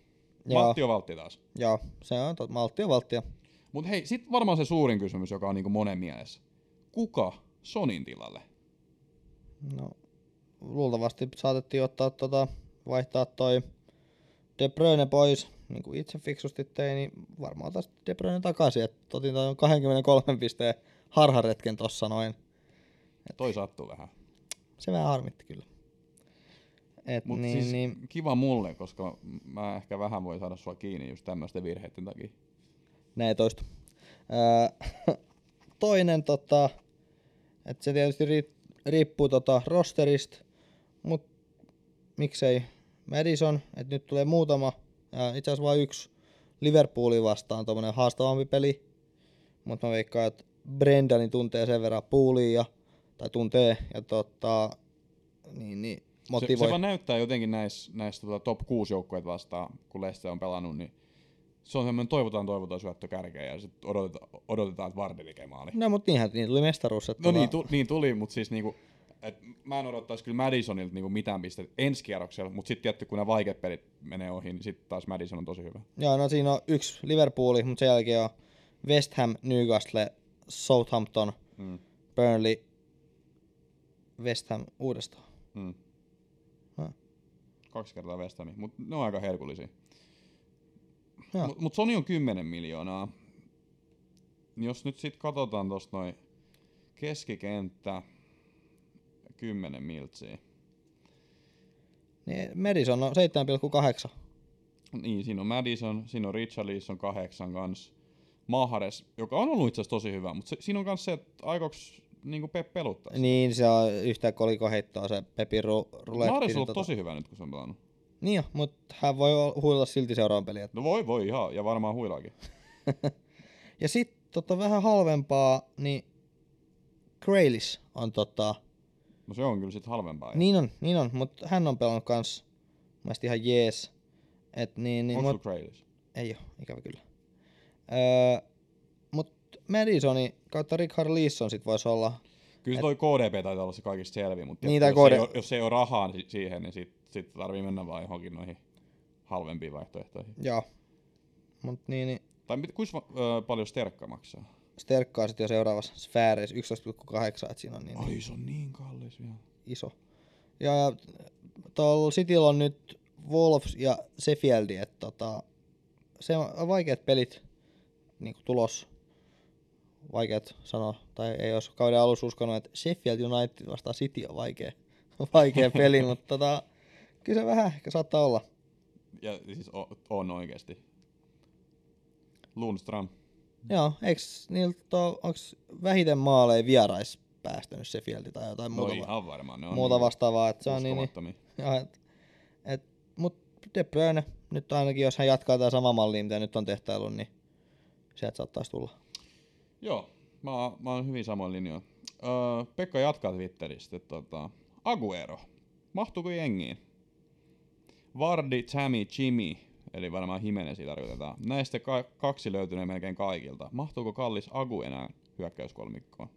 Joo. Matti on valtti taas. Joo, se on tot, malttia valttia. Mut hei, sit varmaan se suurin kysymys, joka on niinku monen mielessä. Kuka Sonin tilalle? No, luultavasti saatettiin ottaa tota, vaihtaa toi De Bruyne pois, niin kuin itse fiksusti tein, niin varmaan taas De Bruyne takaisin, että otin toi kaksikymmentäkolme pisteen harharetken tossa noin. Toi sattuu vähän. Se vähän harmitti kyllä. Et Mut niin, siis niin, kiva mulle, koska mä ehkä vähän voi saada sua kiinni just tämmöisten virheiden takia. näin ei toistu. Öö, toinen, tota, että se tietysti ri, riippuu tota rosterista, mut miksei Madison, että nyt tulee muutama, ja itse asiassa vain yksi Liverpoolin vastaan tommonen haastavampi peli, mutta mä veikkaan, että Brendani tuntee sen verran poolia, ja, tai tuntee, ja tota, niin, niin motivoi. Se, se vaan näyttää jotenkin näissä näis, tota top kuusi joukkueita vastaan, kun Leicester on pelannut, niin se on semmoinen toivotaan toivotaan syöttö kärkeen ja sitten odotetaan, odotetaan, että Vardy tekee maali. No mut niinhän, niin tuli mestaruus. Että No tota... niin, tu, niin tuli, mutta siis niinku, et mä en odottaisi kyllä Madisonilta niinku mitään pistettä ensi kierroksella, mutta sitten tietty kun nämä vaikeat pelit menee ohi, niin sitten taas Madison on tosi hyvä. Joo, no siinä on yksi Liverpooli, mutta sen jälkeen on West Ham, Newcastle, Southampton, Mm. Burnley, West Ham uudestaan. Mm. Huh. Kaksi kertaa West Hamia, mutta ne on aika herkullisia. Joo. Mutta mut Sony on kymmenen miljoonaa. Jos nyt sit katsotaan tosta noin keskikenttä, kymmenen miltsiä. Niin Madison on seitsemän pilkku kahdeksan. Niin, siinä on Madison, siinä on Richarlison kahdeksan kans. Mahrez, joka on ollut itse asiassa tosi hyvä, mutta siinä on kans se, että aikoks niinku Pep peluttaa sitä. Niin, se on yhtä koliko heittoa se Pepin ru- ruletti. Mahrez on niin ollut tota... tosi hyvä nyt, kun se on pelannut. Niin jo, mutta hän voi huilata silti seuraavan peliä. No voi, voi ihan, ja varmaan huilaakin. Ja sit tota vähän halvempaa, niin Grealish on tota... No se on kyllä sit halvempaa. Niin on, niin on, mutta hän on pelannut kans mielestäni ihan jees. Et niin, niin, Onko mut... sulla Grealish? Ei oo, ikävä kyllä. Öö, mut Madisoni kautta Richarlison sit vois olla... Kyllä se toi K D P taitaa olla se kaikista selvin, mutta Niin, jos, K D... ei oo, jos ei ole rahaa si- siihen, niin sit, sit tarvii mennä vaan johonkin noihin halvempiin vaihtoehtoihin. Joo. Mut niin, niin Tai mit, kuinka öö, paljon Sterkka maksaa? sterkkaa sit jo seuraavassa sfäärissä yksitoista pilkku kahdeksan, et siinä on niin, niin Ai se on niin kallis vielä. iso. Ja, ja tuolla Cityllä on nyt Wolves ja Sheffield, että tota, se on vaikeat pelit niinku tulos. Vaikeat sanoa, tai ei olisi kauden alussa uskonut, että Sheffield United vastaan City on vaikea, vaikea peli, mutta tota, kyllä se vähän ehkä saattaa olla. Ja siis on, on oikeesti. Lundström. Joo, eiks niiltä ole, onks vähiten maaleja vierais päästänyt Sheffield tai jotain No muuta, ihan varmaan. Ne on muuta niin vastaavaa, että se on niin, niin uskomattomia. joo, et, et, mut De Bruyne, nyt ainakin jos hän jatkaa tätä samaa mallia, mitä nyt on tehtäillut, niin sieltä saattaisi tulla. Joo, mä, oon- mä oon hyvin samoin linjoilla. Öö, Pekka jatkaa Twitteristä, että tota, Aguero, mahtuuko jengiin? Vardy, Tammy, Jimmy, eli varmaan Jimenezia tarkoitetaan. Näistä ka- kaksi löytynee melkein kaikilta. Mahtuuko kallis Agu enää hyökkäyskolmikkoon?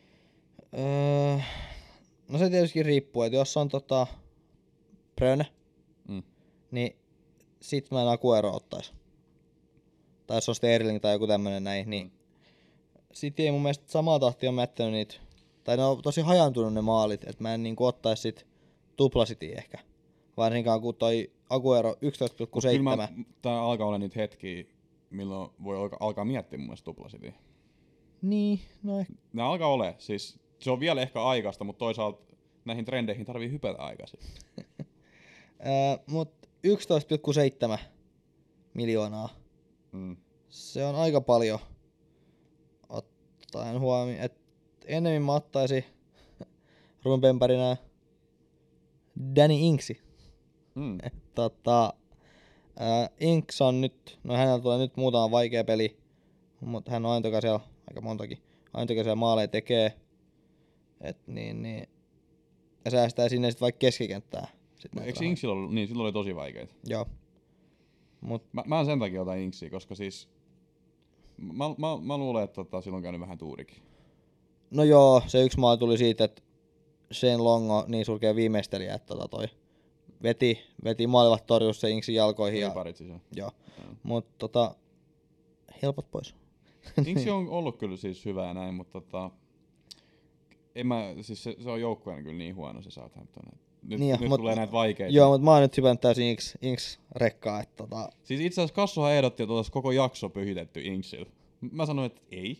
Öö, no se tietysti riippuu, että jos on tota Bruyne, Mm. niin sit mä en Aguero ottais. Tai jos on Sterling tai joku tämmönen näin, niin sit ei mun mielestä samaa tahtia on mättänyt niitä, tai ne on tosi hajantunut ne maalit, että mä en niinku ottais sit tuplasitia ehkä. Varsinkaan kun toi Aguero yksitoista pilkku seitsemän. Tää alkaa olla niitä hetkiä, milloin voi alkaa, alkaa miettiä mun mielestä tuplasitia. Niin, no ehkä. Ne alkaa ole, siis se on vielä ehkä aikaista, mutta toisaalta näihin trendeihin tarvii hypätä aikaisin. Öö, mut yksitoista pilkku seitsemän miljoonaa. Mm. Se on aika paljon ottaen huomioon, että ennemmin mä ottaisin rumpempärinä Danny Inksi. Mm. Tota, ää, Inks on nyt, no hänellä tulee nyt muutama vaikea peli, mutta hän on aina toka siellä, aika montakin, aina toka siellä maaleja tekee. Et niin, niin, ja säästää sinne sit vaikka keskikenttää. Sit No, näitä eikö rahoja. Inksillä ollut, niin silloin oli tosi vaikeita. Joo. Mut, Mä, mä en sen takia ota Inksiä, koska siis mä, mä, mä luulen, että tota, silloin on käynyt vähän tuurikin. no joo, se yksi maali tuli siitä, että Shane Long on niin surkea viimeistelijä, että tota toi veti, veti maalivat torjus se Inksin jalkoihin. Ja, parit siis, joo. joo. Mutta tota, helpot pois. Inksi on ollut kyllä siis hyvä ja näin, mutta tota, en mä, siis se, se on joukkueena kyllä niin huono se Southampton. Nyt, niin jo, nyt mut, tulee näitä vaikeita. Joo, mutta mä oon nyt hypännyt täysin Inks, Inks rekkaa. Että tota... Siis itse asiassa Kassuhan ehdotti, että oltaisiin koko jakso pyhitetty Inksillä. Mä sanoin, että ei.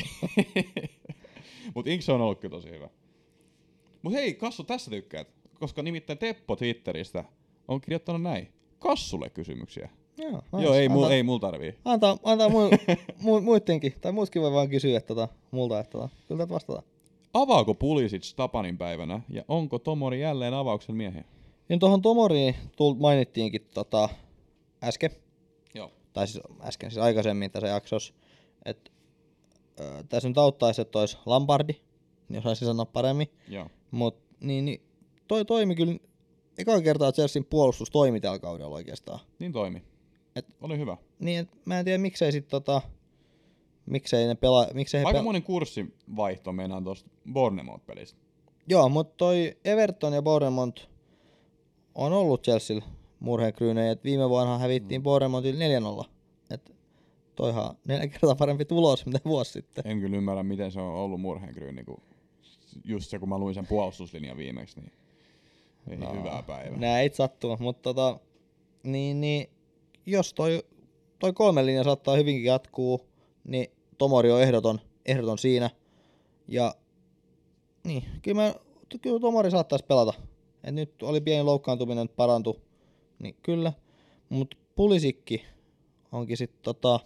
Mut Inks on ollut kyllä tosi hyvä. Mut hei, Kassu, tässä tykkäät. Koska nimittäin Teppo Twitteristä on kirjoittanut näin. Kassulle kysymyksiä. Joo, nice. Joo ei, mul, ei mul tarvii. Antaa, antaa mu, mu, muittenkin, tai muutkin voi vaan kysyä tota, multa, että tota, kyllä täältä vastataan. Avaako Pulisic Tapanin päivänä ja onko Tomori jälleen avauksen miehiä? Niin tuohon Tomoriin tult, mainittiinkin tota, äsken. Joo. Tai siis äsken, siis aikaisemmin tässä jaksossa. Että äh, tässä nyt auttaisi, että olisi Lampardi, niin osaisin sanoa paremmin. Joo. Mut niin, niin toi toimi kyllä, eka kertaa Chelsean puolustus toimi tällä kaudella oikeastaan. Niin toimi. Et, oli hyvä. Niin, et mä en tiedä miksei sit tota, miksei ne pelaa, miksei he Aikamoinen pela- kurssivaihto meinaan tosta Bournemouth-pelistä. Joo, mutta toi Everton ja Bournemouth on ollut Chelsealla murheenkryynejä, että viime vuonna hävittiin mm. Bournemouthille neljä nolla. Et toihan neljä kertaa parempi tulos, mitä vuosi sitten. En kyllä ymmärrä, miten se on ollut murheenkryyni, kun just se, kun mä luin sen puolustuslinjan viimeksi, niin ei no, hyvää päivää. Näitä sattuu, mutta tota, niin, niin, jos toi, toi kolmen linja saattaa hyvinkin jatkuu, niin Tomori on ehdoton, ehdoton siinä. Ja niin, kyllä, mä, kyllä Tomori saattaisi pelata. Et nyt oli pieni loukkaantuminen, nyt parantui, niin kyllä. Mutta Pulisikki onkin sitten tota,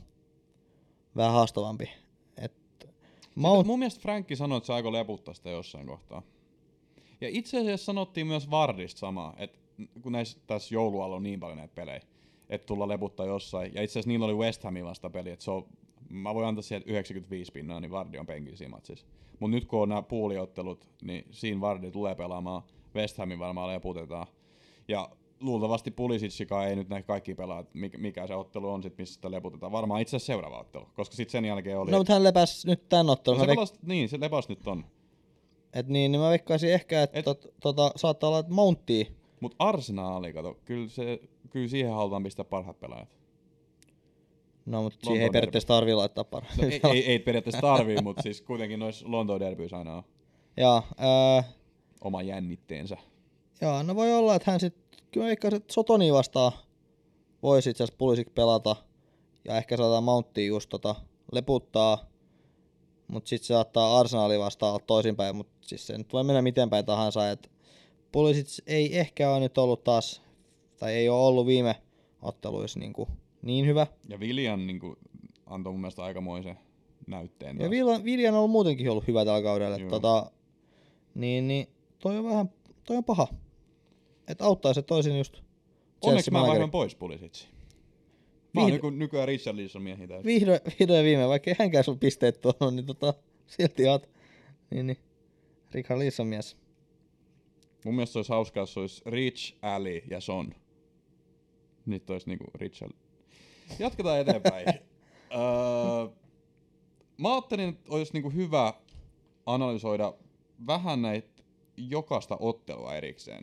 vähän haastavampi. Et Mount... Mun mielestä Frankki sanoi, että se aikoi leputtaa sitä jossain kohtaa. Ja itse asiassa sanottiin myös Vardista samaa, että kun näissä tässä joulualla on niin paljon näitä pelejä, että tulla leputtaa jossain. Ja itse asiassa niillä oli West Hamin vasta peli, että se on, mä voin antaa siihen yhdeksänkymmentäviisi pinnaa, niin Vardi on penkillä siinä matsissa. Mutta nyt kun on nämä puuliottelut, niin siinä Vardi tulee pelaamaan, West Hamin varmaan leputetaan. Ja luultavasti Pulisitsikaan ei nyt näin kaikki pelaa, että mikä se ottelu on, sit, missä sitä leputetaan. Varmaan itse asiassa seuraava ottelu, koska sitten sen jälkeen oli... No, mutta hän lepäs nyt tämän ottelun. No, se veik... pelas, niin, se lepäs nyt on. Et niin, niin mä veikkaisin ehkä, että Et... tot, tota, saattaa olla, että Mountti. Mut Arsenaali, kato, kyllä, se, kyllä siihen halutaan pistää parhaat pelaajat. No, mutta siihen ei periaatteessa tarvii laittaa parhaat. No, ei, ei, ei periaatteessa tarvii, mutta siis kuitenkin noissa Lontoon derbyissä aina on. Jaa, ää... oma jännitteensä. Joo, no voi olla, että hän sit, kyllä mä veikkaisin, että Sotoni vastaan voisi itse asiassa Pulisic pelata. Ja ehkä saadaan Mounttia just tota leputtaa. Mut sit se saattaa Arsenali vastaan olla toisinpäin, mut siis se nyt voi mennä miten päin tahansa, et Pulisic ei ehkä ole nyt ollut taas, tai ei ole ollut viime otteluissa niin, kuin niin hyvä. Ja Viljan niin kuin, antoi mun mielestä aikamoisen näytteen taas. Ja Viljan, Viljan on ollut muutenkin ollut hyvä tällä kaudella, että tota, niin, niin toi on vähän, toi on paha. Että auttaa toisin just onneksi mä vaihdan pois Pulisicin. Mä oon nyky- nykyään Richarlison miehiä täysin. Vihdoin, vihdoin viime, vaikka ei hänkään sun pisteet tuonut, niin tota, silti oot. Niin, niin. Richarlison mies. Mun mielestä se olisi hauskaa, jos se olisi Rich, Ali ja Son. Niitä olisi niinku Richard. Jatketaan eteenpäin. öö, mä ajattelin, että olisi niinku hyvä analysoida vähän näitä jokaista ottelua erikseen.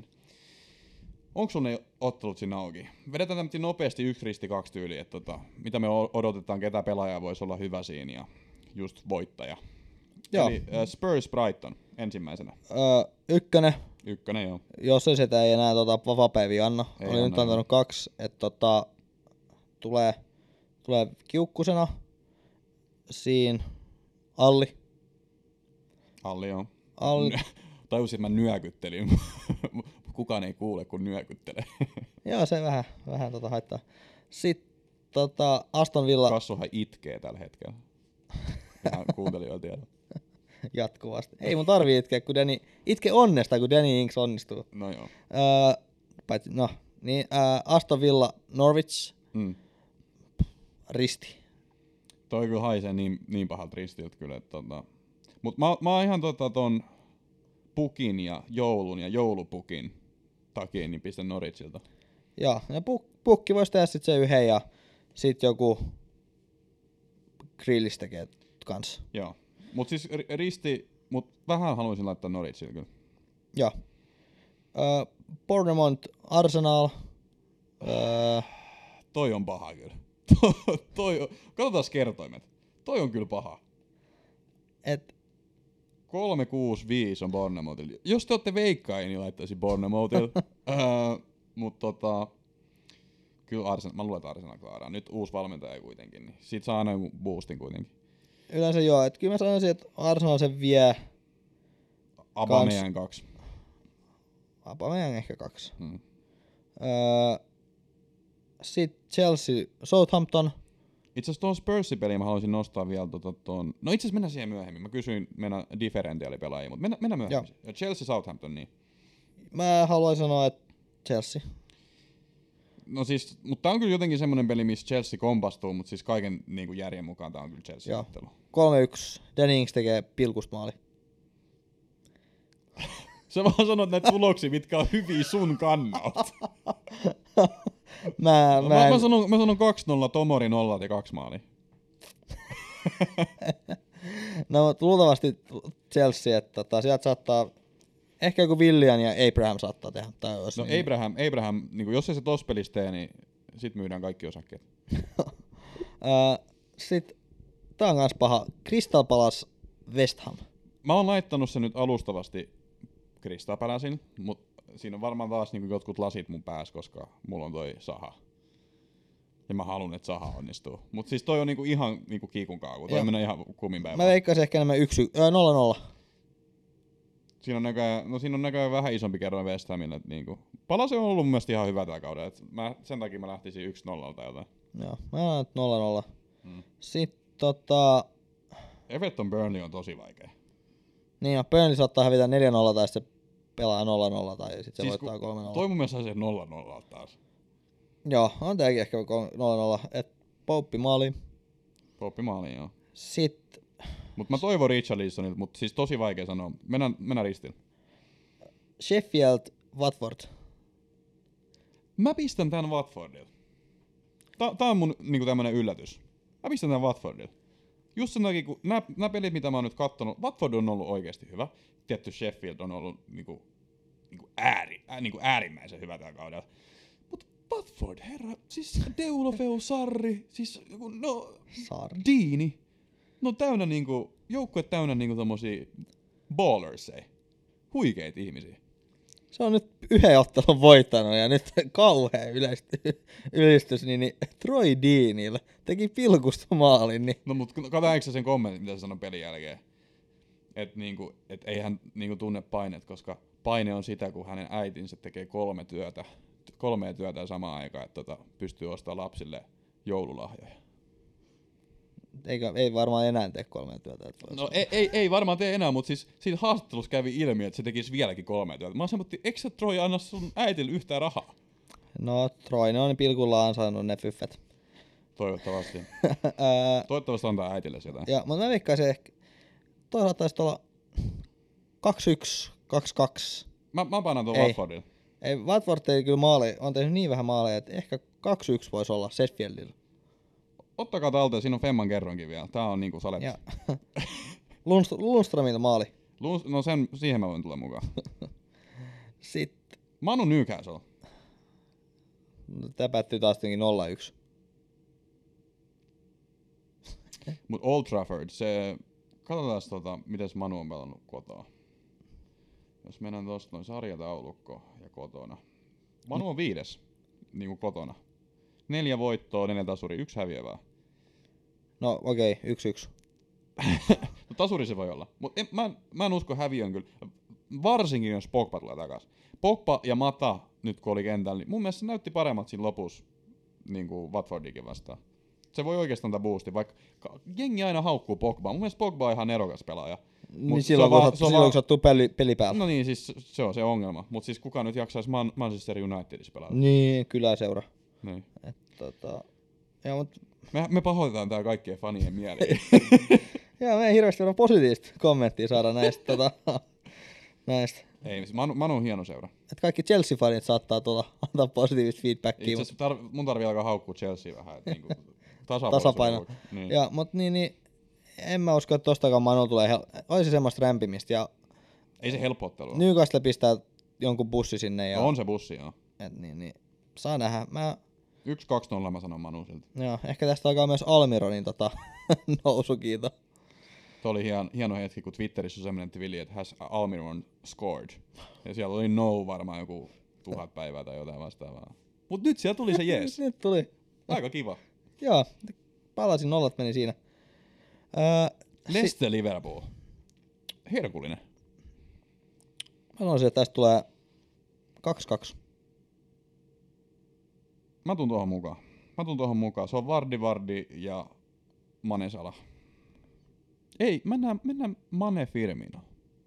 Onko sun ne ottelut siinä auki? Vedetään tämmöinen nopeasti yksi risti kaksi tyyliä, että tota, mitä me odotetaan, ketä pelaajaa voisi olla hyvä siinä ja just voittaja. Joo. Eli uh, Spurs Brighton ensimmäisenä. Öö, ykkönen. Ykkönen, joo. Jos se sitä ei enää tota, vapaapäiviä anna. Ei Oli anna, nyt antanut joo. kaksi, että tota, tulee, tulee kiukkusena siinä Alli. Alli, joo. Alli. Tajusin, että mä nyökyttelin. Kukaan ei kuule, kun nyökyttelee. Joo, se vähän, vähän tota haittaa. Sitten tota, Aston Villa... Kassuhan itkee tällä hetkellä. Ihan kuuntelijoilla tiedä. Jatkuvasti. Ei mun tarvii itkeä, kun Danny... Itke onnesta, kun Danny Ings onnistuu. No joo. Öö, paitsi, no, niin, öö, Aston Villa, Norwich, mm. risti. Toi kyllä haisee niin, niin pahalta ristiltä kyllä. Että, tota... Mut mä, mä oon ihan tota, ton pukin ja joulun ja joulupukin takia, niin pistän Norwichilta. Joo, ja puk- pukki voisi tehdä sit se yhden ja sit joku grillis tekee kans. Joo, mut siis risti, mut vähän haluaisin laittaa Norwichilta kyllä. Joo. Öö, Bournemouth Arsenal. Öö, Toi on paha kyllä. toi on, katsotaan kertoimet. Toi on kyllä paha. et, kolme kuusi viisi on Bournemouthilla. Jos te ootte veikkaajia, niin laittaisin Bournemouthilla. uh, Mut tota... Kyllä Arsenal, mä luulen, että Arsenal klaaraa. Nyt uusi valmentaja kuitenkin, niin siitä saa aina joku boostin kuitenkin. yleensä joo, että kyllä mä sanoisin, että Arsenal sen vie. Aubameyang kaksi. Aubameyang ehkä kaksi. Hmm. Öö, Sitten Chelsea, Southampton. Itse asiassa tuon Spursin peliin mä haluaisin nostaa vielä tota tuon... No itse asiassa mennään siihen myöhemmin. Mä kysyin meidän differentiaalipelaajia, mutta mennään, mennään myöhemmin. Ja Chelsea, Southampton, niin. Mä haluaisin sanoa, että Chelsea. No siis, mutta tää on kyllä jotenkin semmonen peli, missä Chelsea kompastuu, mutta siis kaiken niin kuin järjen mukaan tää on kyllä Chelsea-ottelu. kolme yksi. Danny Ings tekee pilkusmaali. Sä vaan sanot näitä tuloksia, mitkä on hyviä sun kannalta. mä, No, mä, mä, en... mä, sanon, mä sanon kaksi nolla, Tomori nolla ja kaksi maalia. No luultavasti Chelsea, että tota, sieltä saattaa, ehkä joku Willian ja Abraham saattaa tehdä. Tai jos No niin. Abraham, Abraham niin jos ei se tossa pelissä tee, niin sit myydään kaikki osakkeet. Sitten, tää on kans paha, Crystal Palace West Ham. Mä oon laittanut sen nyt alustavasti Crystal Palacen, mut siinä on varmaan taas niin jotkut lasit mun päässä, koska mulla on toi Saha. Ja mä haluan, että Saha onnistuu. Mut siis toi on niinku ihan niinku kiikun kaaku. Toi menee ihan kummin päivään. Mä veikkaisin ehkä enemmän yksi, öö, nolla nolla. Siinä on näköjään, no siinä on näköjään vähän isompi kerroin West Hamille. Niinku. Palase on ollut mun mielestä ihan hyvä tällä kaudella. Et mä, sen takia mä lähtisin yksi nolla tai jotain. Joo, mä annan nolla nolla. Hmm. Sitten tota, Everton Burnley on tosi vaikea. niin on, Burnley saattaa hävitä neljä nolla tai sitten pelaa nolla nolla tai sitten se Siis voittaa kolme nolla. Toi mun mielestä se nolla nolla taas. Joo, on tääkin ehkä nolla nolla. Et Pouppi maali. Poppi maaliin, joo. Sitten Mut mä toivon Richarlisonilta, mut siis tosi vaikea sanoa. Mennään, mennään ristille. Sheffield Watford. Mä pistän tän Watfordille. Tää, tää on mun niinku tämmönen yllätys. Mä pistän tän Watfordille. Just sen takia, kun nää, nää pelit, mitä mä oon nyt kattonut, Watford on ollut oikeesti hyvä. Tietty Sheffield on ollut niinku, niinku, ääri, ää, niinku äärimmäisen hyvä tällä kaudella. Mut Watford, herra, siis Deulofeu, Sarri, siis no, Sarri. Diini. No täynnä niinku, joukkue täynnä niinku tommosia ballersei. Huikeita ihmisiä. Se on nyt yhden ottelun voittanut ja nyt kauhea yleisty, ylistys, niin, niin Troy Deanille teki pilkusta maalin. Niin. No mut kato eikö sä sen kommentin, mitä se sanoi pelin jälkeen? Että niinku, et ei hän niinku tunne painet, koska paine on sitä, kun hänen äitinsä tekee kolme työtä, kolmea työtä samaan aikaan, että tota, pystyy ostamaan lapsille joululahjoja. Eikä, ei varmaan enää tee kolmea työtä. No ei, ei, ei varmaan tee enää, mutta siis siitä haastattelussa kävi ilmi, että se tekisi vieläkin kolmea työtä. Mä oon semmoinen, eikö sä Troy anna sun äitille yhtään rahaa? No, Troy ne on pilkulla ansainnut ne fyffet. Toivottavasti. Toivottavasti antaa äitille sitä. Ja, mutta mä veikkaisin ehkä, toi saattaisi olla kaksi yksi, kaksi kaksi. Mä, mä painan tuon Ei. Watfordille. Ei, Watford ei kyllä maali, on tehnyt niin vähän maaleja, että ehkä kaksi yksi voisi olla Sheffieldilla. Ottakaa talteen, siinä on Femman kerroinkin vielä. Tää on niinku saletti. Ja Lundst- Lundströmiltä maali. Lund, no sen, siihen mä voin tulla mukaan. Sitten, Manu Newcastle. tää päättyy taas jotenkin nolla yksi. Mut Old Trafford, se... Katsotaan tota, miten Manu on pelannut kotoa. Jos mennään tosta noin sarjataulukko ja kotona. Manu on viides, niinku kotona. Neljä voittoa, neljä tasuri, yksi häviävää. No okei, okay, yksi yksi. No tasuri se voi olla. Mut en, mä, en, mä en usko häviön kyllä. Varsinkin jos Pogba tulee takas. Pogba ja Mata, nyt kun oli kentällä, niin mun mielestä se näytti paremmat siinä lopussa. Niin kuin Watfordikin vastaan. Se voi oikeastaan antaa boostin, vaikka jengi aina haukkuu Pogbaa. Mun mielestä Pogba on ihan nerokas pelaaja. Niin silloin, kun, sattuu, silloin kun sattuu peli, peli päällä. No niin, siis se on se ongelma. Mut siis kuka nyt jaksaisi Man- Manchester Unitedissa pelata? Niin, kyllä seura. Niin. Et, tota, ja, mut, Me, me pahoitetaan tää kaikkien fanien mieliin. ja me ei hirveästi ole positiivista kommenttia saada näistä. tota, näistä. Ei, Manu, Manu on hieno seura. Et kaikki Chelsea-fanit saattaa tulla antaa positiivista feedbackia. Itse asiassa tar- mun tarvii alkaa haukkua Chelsea vähän. Et niinku, Tasapaino. Niin. Ja, mut niin, niin, en mä usko, että tostakaan Manu tulee, hel- olisi semmoista rämpimistä. Ja Ei se helppo ottelu ole. Newcastle pistää jonkun bussi sinne. Ja, No on se bussi, joo. et niin, niin, saa nähdä. Mä, yksi kaksi nolla mä sanon Manu siltä. joo, ehkä tästä alkaa myös Almironin tota, nousukiito. Tuo oli hieno, hieno hetki, kun Twitterissä semmoinen tili, että has Almiron scored. Ja siellä oli no varmaan joku tuhat päivää tai jotain vastaavaa. Mut nyt siellä tuli se jees. Nyt tuli. Aika kiva. Joo, palasin, nollat meni siinä. Öö, Leicester Liverpool. Herkullinen. Mä sanoisin, että tästä tulee kaksi kaksi. Mä tuun tuohon mukaan. Mä tuun tuohon mukaan. Se on Vardi, Vardi ja Mane Salah. Ei, mennään, mennään Mane Firmino.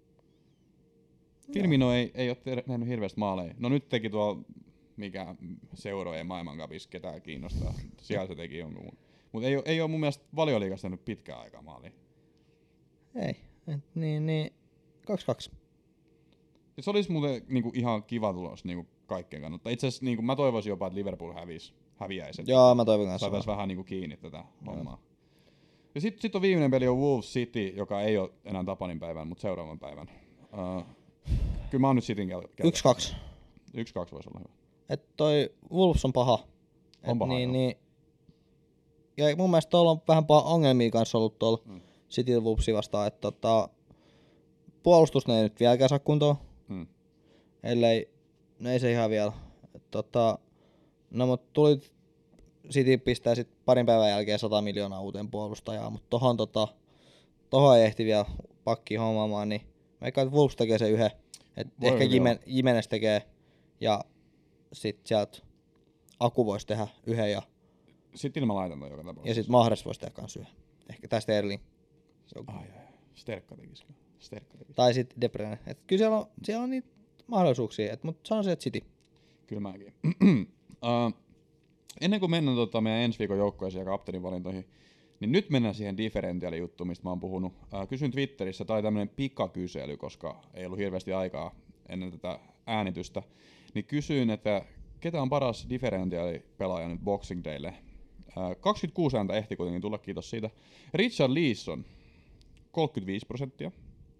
Firmino ei, ei ole tehnyt hirveästi maaleja. No nyt teki tuo, mikä seurojen maailmankapissa ketään kiinnostaa. Siellä se teki jonkun muun. Mutta ei, ei ole mun mielestä Valioliigassa tehnyt pitkään aikaa maalia. Ei, et, niin, niin, kaksi kaksi. Ja se olisi muuten niinku ihan kiva tulos niinku kaikkien kannalta. Itse asiassa niinku, mä toivoisin jopa, että Liverpool hävisi, häviäisi. Joo, mä toivon kanssa. Saataisiin vähän niinku kiinni tätä hommaa. Ja sitten sit on viimeinen peli on Wolves City, joka ei ole enää Tapanin päivän, mutta seuraavan päivän. Uh, kyllä mä oon nyt Cityn kelkalla. yksi kaksi. yksi kaksi voisi olla hyvä. Et toi Wolves on paha. On Et paha, niin, joo. niin, ja mun mielestä tuolla on vähän paha ongelmia kanssa ollut tuolla Mm. City Wolvesia vastaan. Että tota, puolustus ne ei nyt vieläkään saa kuntoon. Hmm. Ellei, no ei se ihan vielä. Et tota, no mut tuli City pistää sit parin päivän jälkeen sata miljoonaa uuteen puolustajaa, mutta tohon, tota, tohon ei ehti vielä pakki hommaamaan, niin vaikka että Wolves tekee sen yhden. Et Voi ehkä hyvin Jimen, Jimenez tekee ja sit sieltä Aku voisi tehdä yhden ja, Sitten mä laitan ton joka tapauksessa. ja sit Mahrez voisi tehdä kans yhden. Ehkä tästä Erling. Ai ai ai. Sterkka tekis kyllä. Sterkka tekis. Tai sit De Bruyne. Et kyllä siellä on, siellä on niitä mahdollisuuksia, et, mutta sanoisin, että City. Kyllä mäkin. uh, ennen kuin mennään tota meidän ensi viikon joukkueisiin ja kapteenin valintoihin, niin nyt mennään siihen differentiaali-juttuun, mistä mä oon puhunut. Uh, kysyn Twitterissä, tai tämmönen pikakysely, koska ei ollut hirveästi aikaa ennen tätä äänitystä, niin kysyin, että ketä on paras differentiaali-pelaaja nyt Boxing Daylle. Uh, kaksikymmentäkuusi ääntä ehti kuitenkin tulla, kiitos siitä. Richard Leeson, kolmekymmentäviisi prosenttia.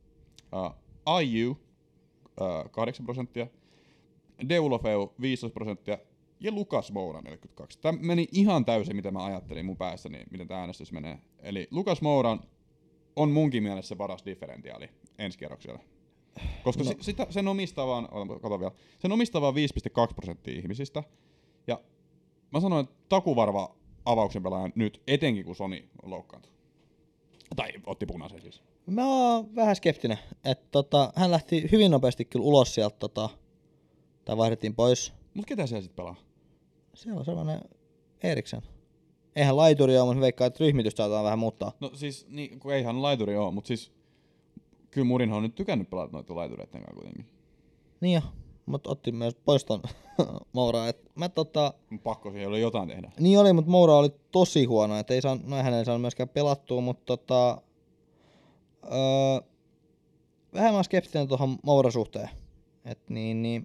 Uh, I U, uh, kahdeksan prosenttia. Deulofeu viisitoista prosenttia ja Lukas Moura neljäkymmentäkaksi. Tämä meni ihan täysin, mitä mä ajattelin mun päässäni, miten tämä äänestys menee. Eli Lukas Moura on munkin mielestä se paras differentiaali ensi kierroksella. Koska no. si- sitä, sen omistaa vaan, kato vielä, sen omistaa vaan viisi pilkku kaksi prosenttia ihmisistä. Ja mä sanoin, että takuvarva avauksen pelaajan nyt, etenkin kun Sony on loukkaantunut. Tai otti punaisen siis. Mä oon vähän skeptinen, että tota, hän lähti hyvin nopeasti kyllä ulos sieltä, tota, tai vaihdettiin pois. Mut ketä siellä sit pelaa? Siellä on sellainen Eriksen. Eihän laituri ole, mutta veikkaa, että ryhmitystä saadaan vähän muuttaa. No siis, niin, kun eihän laituri oo, mut siis kyllä Murinho on nyt tykännyt pelata noita laitureiden kanssa kuitenkin. Niin jo, mutta otti myös pois ton Mouraa. Et mä tota, Pakko siihen oli jotain tehdä. niin oli, mutta Moura oli tosi huono, että ei saa, no hän ei saanut myöskään pelattua, mutta tota, öö, vähän mä oon skeptinen tuohon Moura suhteen. Et niin, niin,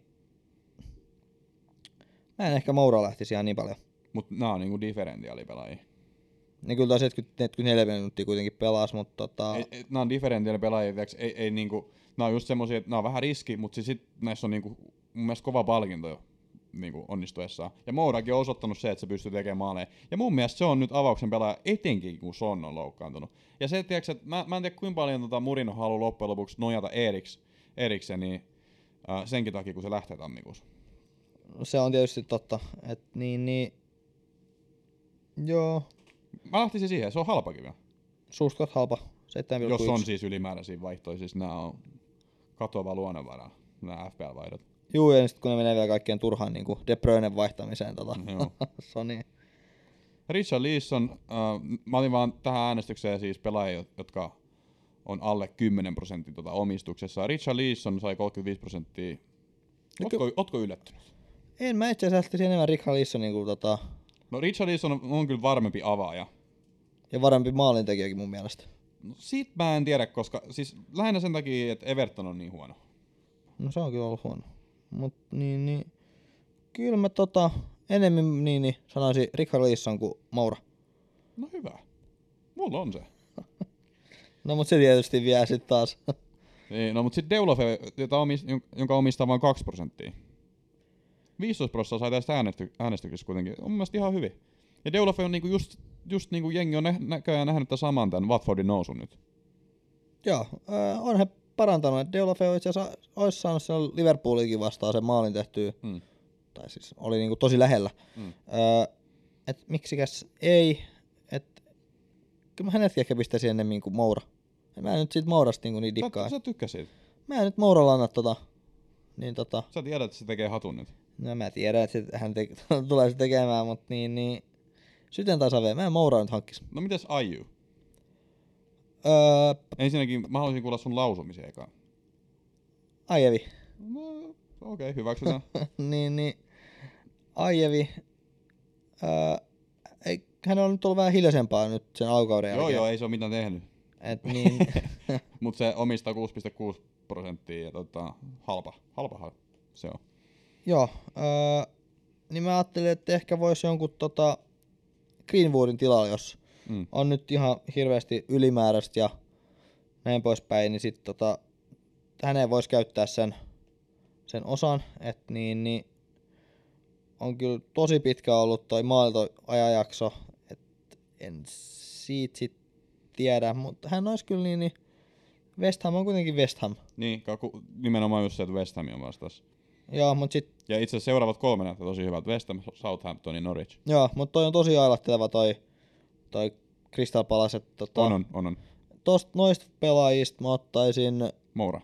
mä en ehkä Mouraa lähtisi ihan niin paljon. Mut nää on niinku differentiaalipelaajia. Niin kyllä taas seitsemänkymmentäneljä minuuttia kuitenkin pelasi, mutta tota, Ei, ei, nää on differentiaalipelaajia, tiiäks, ei, ei niinku, nää on just semmosia, että nää on vähän riski, mut siis sit näissä on niinku mun mielestä kova palkinto jo niinku onnistuessaan. Ja Mourakin on osoittanut se, että se pystyy tekemään maaleja. Ja mun mielestä se on nyt avauksen pelaaja, etenkin kun Son on loukkaantunut. Ja se, tiiäks, että mä, mä en tiedä kuinka paljon tota Mourinho haluaa loppujen lopuksi nojata Eriks, Eriksen, niin äh, senkin takia kun se lähtee tammikuussa. se on tietysti totta. Et niin, niin, joo, Mä lähtisin siihen, se on halpakin vielä. suht halpa. seitsemän pilkku yksi. Jos on siis ylimääräisiä vaihtoja, siis nää on katoava luonnonvara, nää F P L-vaihdot. Juu, ja sitten kun ne menee vielä kaikkien turhaan niin kuin De Bruynen vaihtamiseen tota, Joo. Sony. Richard Leeson, äh, mä otin vaan tähän äänestykseen siis pelaajia, jotka on alle kymmenen prosenttia tota omistuksessa. Richard Leeson sai kolmekymmentäviisi prosenttia. Ootko, ootko yllättynyt? En mä itse asiassa lähtisi enemmän Richard Leesonin kuin tota, No Richard Leeson on, on kyllä varmempi avaaja. ja varempi maalintekijäkin mun mielestä. No, siitä mä en tiedä, koska siis lähinnä sen takia, että Everton on niin huono. No se on kyllä ollut huono. Mut niin, niin, kyllä mä tota, enemmän niin, niin sanoisin Richard Leeson kuin Moura. No hyvä. Mulla on se. No mut se tietysti vie sit taas Niin, no mut sit Deulofeu, jota omis, jonka omistaa vain kaksi prosenttia. viisitoista prosenttia sai tästä äänesty, äänestyksessä kuitenkin. On mun mielestä ihan hyvin. Ja Deulofeu on niinku just, just niinku jengi on nä- näköjään nähnyt tämän saman tämän Watfordin nousun nyt. Joo, äh, on he parantanut. Deulofeu itse asiassa olisi saanut sen Liverpoolikin vastaan sen maalin tehtyä. Mm. Tai siis oli niinku tosi lähellä. Mm. Öö, et miksikäs ei, et kyllä mä hänetkin ehkä pistäisin ennemmin kuin Moura. Mä en nyt siitä Mourasta niinku niin dikkaa. Sä, sä tykkäsit. Mä en nyt Mouralla anna tota, niin tota, Sä tiedät, että se tekee hatun nyt. no mä tiedän, että sit hän te- tulee se tekemään, mut niin, niin syten tai saveen, mä en Mouraa nyt hankkis. No mites Aiju? Öö, Ensinnäkin mä haluaisin kuulla sun lausumisia ekaan. Aievi, No okei, okay, hyväksytään. niin, niin, Aievi, öö, ei, hän on nyt ollut vähän hiljaisempaa nyt sen alkauden joo jälkeen. joo, ei se oo mitään tehnyt. Et niin, Mut se omistaa kuusi pilkku kuusi prosenttia ja tota, halpa. Halpahan se on. joo, öö, niin mä ajattelin, että ehkä voisi jonkun tota Greenwoodin tilalla, jos Mm. on nyt ihan hirveästi ylimääräistä ja näin poispäin, niin sit tota, häneen voisi käyttää sen, sen osan, että niin, niin on kyllä tosi pitkä ollut toi maalitoajajakso, että en siitä sit tiedä, mutta hän olisi kyllä niin, niin West Ham on kuitenkin West Ham. Niin, kaku, nimenomaan just se, että West Ham on vastaus. Joo, mut sit, Ja itse asiassa seuraavat kolme näyttää tosi hyvältä. West Ham, Southampton ja Norwich. joo, mut toi on tosi ailahteleva toi, toi Crystal Palace, että tota, On, on, on, on. tosta noista pelaajista mä ottaisin Moura.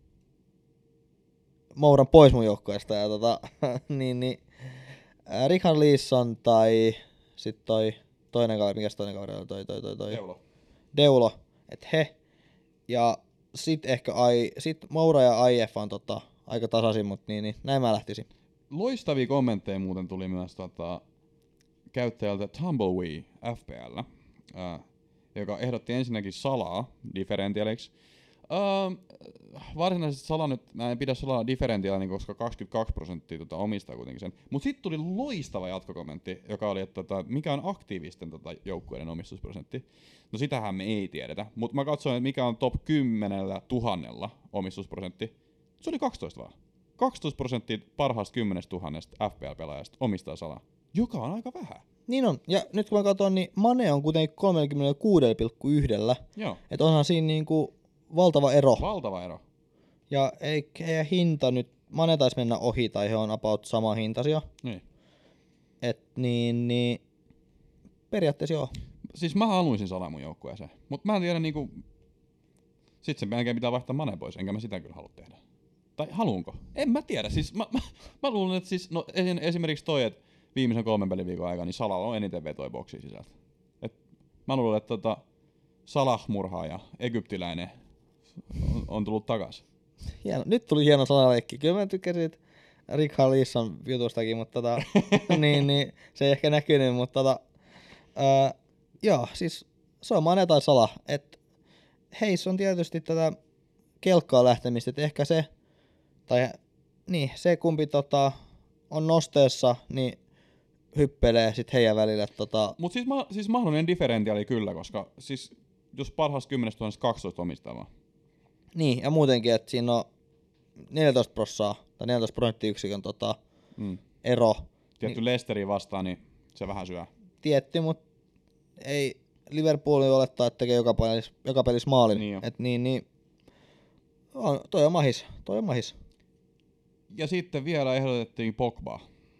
Mouran pois mun joukkueesta ja tota, niin, niin ää, Richard Leeson tai sit toi toinen kaveri, mikäs toinen kaveri oli, toi, toi, toi, toi. Deulo. Deulo, et he, ja sit ehkä ai, sit Moura ja I F on tota, aika tasaisin, mut niin, niin näin mä lähtisin. Loistavia kommentteja muuten tuli myös tota, käyttäjältä Tumblewee F P L, ää, joka ehdotti ensinnäkin Salaa differentialiksi. Ää, varsinaisesti Sala nyt, mä en pidä Salaa differentialina, koska kaksikymmentäkaksi prosenttia tota, omistaa kuitenkin sen. Mut sit tuli loistava jatkokommentti, joka oli, että tota, mikä on aktiivisten tota, joukkueiden omistusprosentti. No sitähän me ei tiedetä, mutta mä katsoin, että mikä on top kymmenellä tuhannella omistusprosentti. Se oli kaksitoista vaan. kaksitoista prosenttia parhaasta kymmenestä tuhannesta F P L-pelaajasta omistaa Salaa, joka on aika vähän. Niin on, ja nyt kun mä katson, niin Mane on kuitenkin kolmekymmentäkuusi pilkku yksi, Joo, et onhan siinä niinku valtava ero. valtava ero. Ja ei heidän hinta nyt, Mane taisi mennä ohi, tai he on about sama hintaisia. Niin. Et niin, niin periaatteessa joo. Siis mä haluaisin Salaa mun joukkueeseen, mutta mä en tiedä niinku... Sit sen melkein pitää vaihtaa Mane pois, enkä mä sitä kyllä halua tehdä. Tai haluunko? En mä tiedä, siis mä, mä, mä luulen, että siis, no esimerkiksi toi, että viimeisen kolmen peliviikon aikana niin Salalla on eniten vetoja boksiin sisältä. Et mä luulen, että tota Salah-murhaaja, egyptiläinen, on, on tullut takas. Hieno. Nyt tuli hieno sanaleikki. Kyllä mä tykkäsin Richard Leeson jutustakin, mutta tota, niin, niin, se ei ehkä näkynyt, mutta tota, ää, joo, siis se on Mane tai Salah. Et heissä on tietysti tätä kelkkaa lähtemistä, että ehkä se, tai niin, se kumpi tota, on nosteessa, niin hyppelee sit heidän välillä. Tota, Mut siis, ma, siis mahdollinen differentiaali kyllä, koska siis jos parhaasta kymmenestä tuhannesta kaksitoista omistavaa. niin, ja muutenkin, että siinä on neljätoista prossaa tai neljätoista prosenttiyksikön tota, Mm. ero. Tietty niin. Leicesteria vastaan, niin se vähän syö. Tietty, mutta ei Liverpool olettaa, että tekee joka pelissä, joka pelissä maalin. Niin jo. Et niin, niin, on, toi on mahis, toi on mahis. Ja sitten vielä ehdotettiin Pogbaa.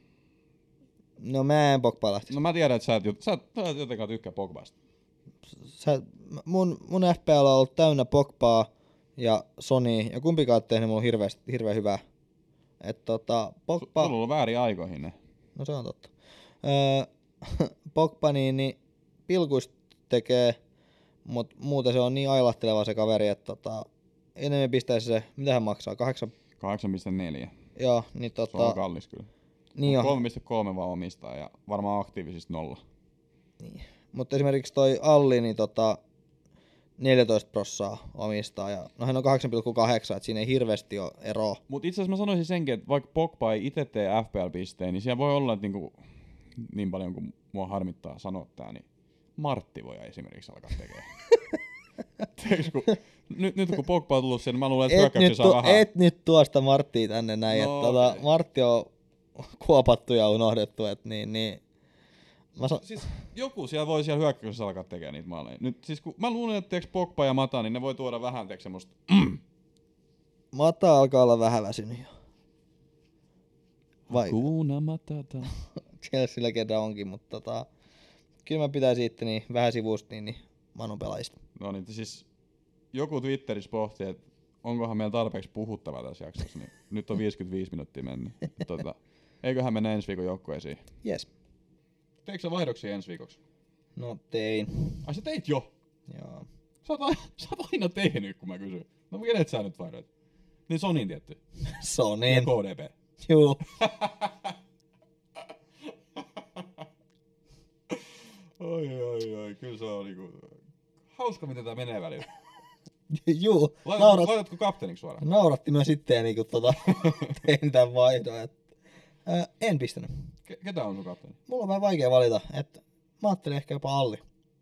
No mä en Pogbaa lähtisi. No mä tiedän, että sä et, jot- sä et, sä et jotenkaan tykkää Pogbasta. Sä, mun, mun F P L on ollut täynnä Pogbaa ja Sony, ja kumpikaan on tehnyt mulle hirveästi, hirveän hyvää. Et tota, Pogba... Sulla on ollut väärin aikoihin ne. No se on totta. Öö, Pogba niin, niin pilkuista tekee, mutta muuten se on niin ailahteleva se kaveri, että tota, enemmän pistäisi se, mitä hän maksaa, kahdeksan, kahdeksan pilkku neljä. joo, niin Se on tota, kallis kyllä. niin jo. kolme pilkku kolme vaan omistaa ja varmaan aktiivisista nolla. Niin. Mutta esimerkiksi toi Alli, niin tota, neljätoista prossaa omistaa, ja no hän on kahdeksan pilkku kahdeksan, että siinä ei hirveästi ole eroa. Mut itse asiassa mä sanoisin senkin, että vaikka Pogba ei itse tee F P L-pisteen, niin siellä voi olla, että niinku, niin paljon kuin mua harmittaa sanoa tää, niin Martti voi esimerkiksi alkaa tekemään. Tiedätkö, kun, nyt, nyt kun Pogba on tullut sen, mä luulen, että Et hyökkäyksiä nyt, saa tu- vähän. et nyt tuosta Marttia tänne näin, No, että tota, ei. Martti on kuopattu ja unohdettu, että niin, niin. Mä sa- Siis joku siellä voi siellä hyökkäyksessä alkaa tekemään niitä maaleja. Nyt, siis kun mä luulen, että tiiäks, Pogba ja Mata, niin ne voi tuoda vähän tiiäks, semmoista mm. Mata alkaa olla vähän väsynyt jo. Vai Hakuna Matata. Chelsealla ketä onkin, mutta tota, kyllä mä pitäisin itteni vähän sivusta niin, niin Manun pelaajista. No niin, siis joku Twitterissä pohti, että onkohan meillä tarpeeksi puhuttavaa tässä jaksossa, niin nyt on viisikymmentäviisi minuuttia mennyt. Tota, eiköhän mennä ensi viikon joukkueisiin. Jes. Teikö sä vaihdoksia ensi viikoksi? No tein. Ai sä teit jo? Joo. Sä oot, aina, sä oot aina tehnyt, kun mä kysyn. No kenet sä nyt vaihdoit? Niin Sonin tietty. Ja Sonin. K D P. Juu. Oi, oi, oi, kyllä se on niinku... Hauska, miten tää menee välillä. Juu. Laitat, Naurat, laitatko kapteeniksi suoraan? nauratti myös itseäni, kun tota, tein tämän vaihdon. Et, ää, en pistänyt. Ke- ketä on sun kapteeni? Mulla on vähän vaikea valita. Et, mä ajattelin ehkä jopa Alli.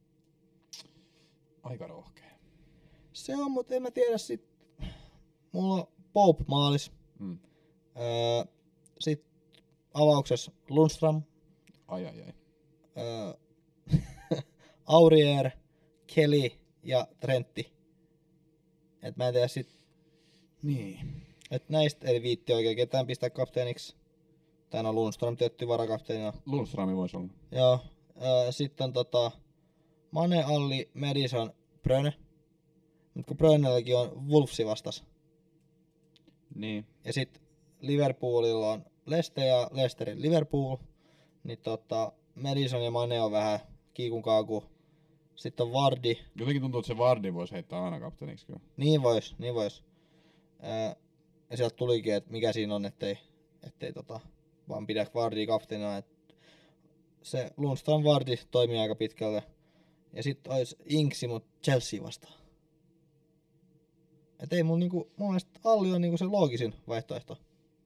Aika rohkea. Se on, mutta en mä tiedä sit. Mulla on Pope maalis. Mm. Öö, sit avauksessa Lundström. Ai, ai, ai. Öö, Aurier, Kelly ja Trentti. Et mä en tiedä sit, Niin. et näistä ei viitti oikein ketään pistää kapteeniksi. Tän on Lundström tietty varakapteenina. Lundström voisi olla. Joo. Öö, sitten on tota Mane, Alli, Madison, Bröne. Mut kun Brönelläkin on Wolvesi vastas. Niin. Ja sit Liverpoolilla on Leicester ja Leicesterin Liverpool. Niin tota Madison ja Mane on vähän kiikun kaaku. Sitten on Vardy. Jotenkin tuntuu, että se Vardy voisi heittää aina kapteeniksi kyllä. Niin vois, niin vois. Ää, ja sieltä tulikin, että mikä siinä on, ettei, ettei tota, vaan pidä Vardy kapteenina. Et se Lundström Vardy toimii aika pitkälle. Ja sit ois Inksi, mut Chelsea vastaan. Et ei mun niinku, mun mielestä Alli on niinku se loogisin vaihtoehto.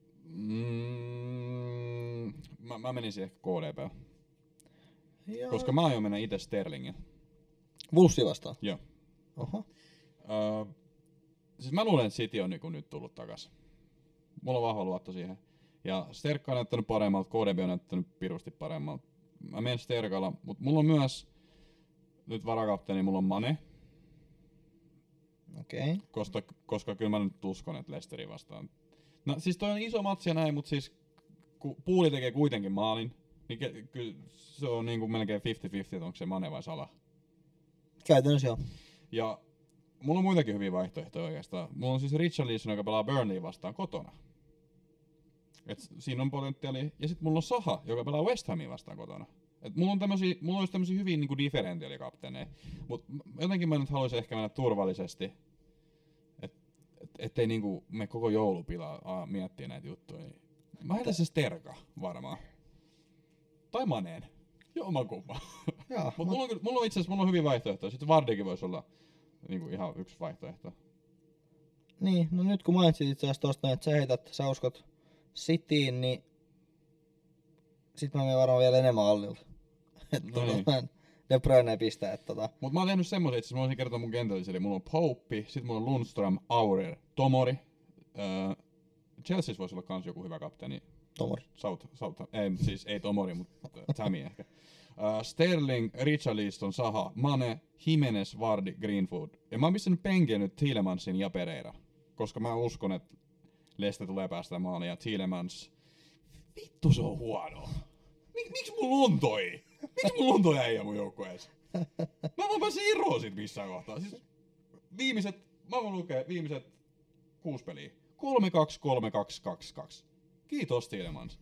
Mm, mä, mä menisin ehkä K D P. Joo. Koska mä aion mennä itse Sterlingin. Wolvesi vastaan. Joo. Oho. Öö, siis mä luulen, että City on niinku nyt tullut takas. Mulla on vahva luotto siihen. Ja Sterkka on näyttänyt paremmalta, K D B on näyttänyt pirusti paremmalta. Mä menen Sterkalla, mutta mulla on myös nyt varakapteeni, mulla on Mane. Okei. Okay. Koska, koska kyllä mä nyt uskon, että Leicesterin vastaan. No siis toi on iso matsi ja näin, mutta siis kun Puuli tekee kuitenkin maalin, niin ke, kyllä se on niinku melkein viisikymmentä viisikymmentä, että onko se Mane vai Salah. Käytännössä joo. Ja mulla on muitakin hyviä vaihtoehtoja oikeastaan. Mulla on siis Richarlison, joka pelaa Burnley vastaan kotona. Et siinä on potentiaali. Ja sitten mulla on Saha, joka pelaa West Hamin vastaan kotona. Et mulla on tämmösiä, mulla olisi tämmösiä hyvin niinku differentiaalikapteeneja. Mut jotenkin mä nyt haluaisin ehkä mennä turvallisesti. Et, et, ettei niinku me koko joulupilaa aa, miettiä näitä juttuja. Mä heitän se Sterka varmaan. Tai Maneen. Jomman kumman. Joo, Mut mut- mulla on, kyllä- mulla on itse asiassa mulla on hyviä vaihtoehtoja. Sitten Vardikin voisi olla niinku ihan yksi vaihtoehto. Niin, no nyt kun mainitsit itse asiassa tosta, että sä heität, sä uskot Cityin, niin sit mä menen varmaan vielä enemmän Allilta. Että No niin. tota, De Bruyne pistää, että tota, Mut mä oon tehnyt semmoisen, että mä voisin kertoa mun kentällisiä. Eli mulla on Pope, sit mulla on Lundström, Aurier, Tomori. Öö, Chelseassa voisi olla kans joku hyvä kapteeni. Tomori. South, South, ei, siis ei Tomori, mutta Tammy ehkä. Uh, Sterling, Richarlison, Saha, Mane, Jimenez, Vardy, Greenwood. Ja mä oon pistänyt penkiä nyt Tielemannsin ja Pereira. Koska mä uskon, että Leicester tulee päästä maaliin ja Tielemans... Vittu se on huono. Mik, miksi mulla on toi? Miksi mulla on toi äijä mun joukkueessa? Mä vaan pääsin eroon sit missään kohtaa. Siis viimeiset, mä voin lukea viimeiset kuusi peliä. kolme kaksi, kolme kaksi, kaksi kaksi. Kiitos Tielemans.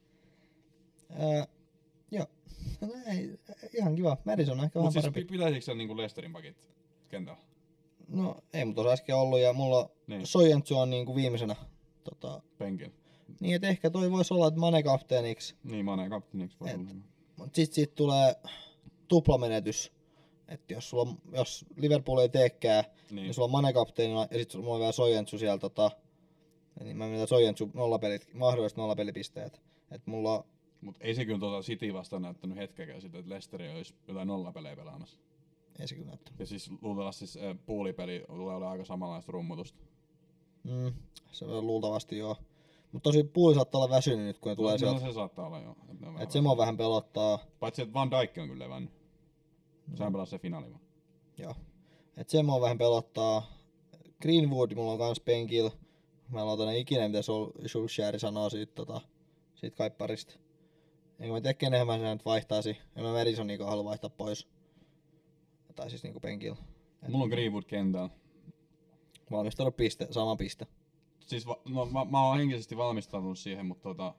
Öö, joo. No ei, ihan kiva. Madison on ehkä vähän Mut siis parempi. pi- pitäisikö sen niinku Leicesterin pakit kentällä? No ei mut tuossa äsken ollut ja mulla Niin. Soyentsu on niinku viimeisenä. Tota, Penkin. niin et ehkä toi voisi olla, että Mane kapteeniksi. Niin, Mane kapteeniksi voi Et. olla. Mut sit siitä tulee tuplamenetys. Että jos, sulla on, jos Liverpool ei teekään, niin, Niin. niin sulla on Mane kapteenina ja sit sulla on vielä Soyentsu siellä tota, niin mä menen Soyentsu nollapelit, mahdolliset nollapelipisteet. Et mulla on, Mut ei se kyllä tota City vastaan näyttänyt hetkeäkään sitä, että Leicester olisi jotain nollapelejä pelaamassa. ei se kyllä näyttänyt. Ja siis luultavasti siis äh, puulipeli tulee olemaan aika samanlaista rummutusta. Mm, se on luultavasti joo. Mutta tosi puoli saattaa olla väsynyt nyt, kun ne tulee no, sieltä. No se saattaa olla joo. Et, Et se mua vähän pelottaa. Paitsi että Van Dijk on kyllä levännyt. Sehän pelasi se finaali vaan. Joo. Et se mua vähän pelottaa. Greenwood mulla on kans penkillä. Mä en ota ikinä mitä Solskjaer sanoo siitä, tota, siitä kaipparista. Enkä mä tiedä kenen mä sen nyt vaihtaisin. En mä Madisonia halua vaihtaa pois. Tai siis niinku penkillä. Et Mulla on Greenwood kentällä. valmistanut piste, sama piste. Siis va- no, mä, mä oon henkisesti valmistautunut siihen, mutta tota...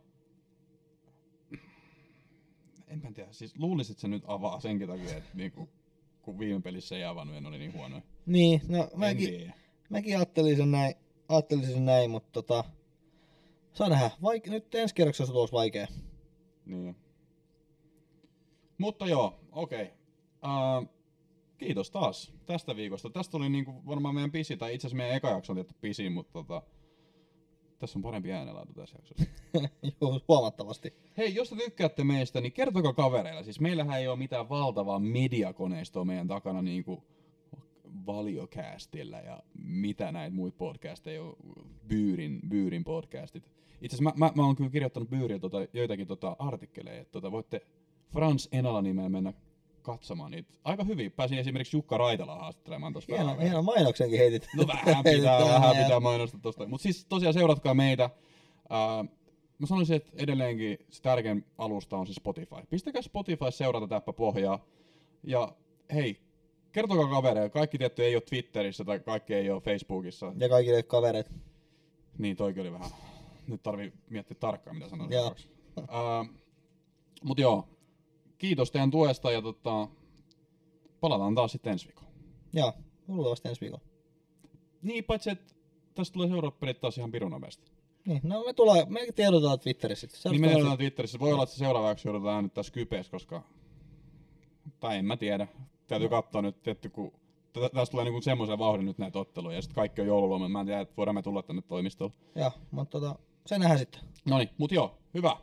En mä tiedä, siis luulisit, että se nyt avaa senkin takia, että niinku, kun viime pelissä ei avannut ja ne oli niin huonoja. Niin, no En mäkin, tiedä. mäkin ajattelin sen näin, ajattelin sen näin, mutta tota... Saa nähdä, Vaike- nyt ensi kerroksessa on tulossa vaikea. Niin. Mutta joo, okei. Okay. Uh, kiitos taas tästä viikosta. Tästä oli niinku varmaan meidän pisi, tai itse asiassa meidän eka jakso on tietty pisin, mutta tota, tässä on parempi äänenlaatu tässä jaksossa. Joo, huomattavasti. Hei, jos te tykkäätte meistä, niin kertokaa kavereilla. Siis meillähän ei ole mitään valtavaa mediakoneistoa meidän takana niinku Valiocastilla ja mitä näitä muita podcasteja on, Byyrin, Byyrin podcastit. Itse asiassa mä, mä, mä oon kyllä kirjoittanut Byyrillä tota, joitakin tota artikkeleja, että tota, voitte Frans Enala nimeen mennä katsomaan niitä. Aika hyvin. Pääsin esimerkiksi Jukka Raitalaa haastattelemaan tuossa. Hieno, hieno mainoksenkin heitit. No vähän pitää, vähän pitää mainostaa tosta. Mutta siis tosiaan seuratkaa meitä. Uh, mä sanoisin, että edelleenkin se tärkein alusta on siis Spotify. Pistäkää Spotify seurata täppä pohjaa. Ja hei, kertokaa kavereille. Kaikki tietty ei ole Twitterissä tai kaikki ei ole Facebookissa. Ja kaikille kavereet. Niin, toikin oli vähän. Nyt tarvii miettiä tarkkaan, mitä sanoin. Joo. Uh, mut joo, kiitos teidän tuesta ja tota, palataan taas sitten ensi viikolla. Joo, luultavasti ensi viikolla. Niin, paitsi että tästä tulee seuraavat pelit taas ihan pirun nopeasti. Niin, no me tullaan, me tiedotetaan Twitterissä. Niin me tiedotetaan Twitterissä. Voi olla, että se seuraava jakso joudutaan äänittää Skypes, koska... Tai en mä tiedä. Täytyy no. katsoa nyt, tietty, kun... Tästä tulee niinku semmoisen vauhdin nyt näitä otteluja, ja sitten kaikki on joululoma. Mä en tiedä, että voidaan me tulla tänne toimistolle. Joo, mutta tota, se nähdään sitten. Noniin, mut joo, hyvä.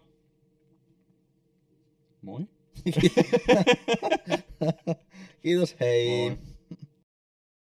Moi. Kiitos, hei. Moi.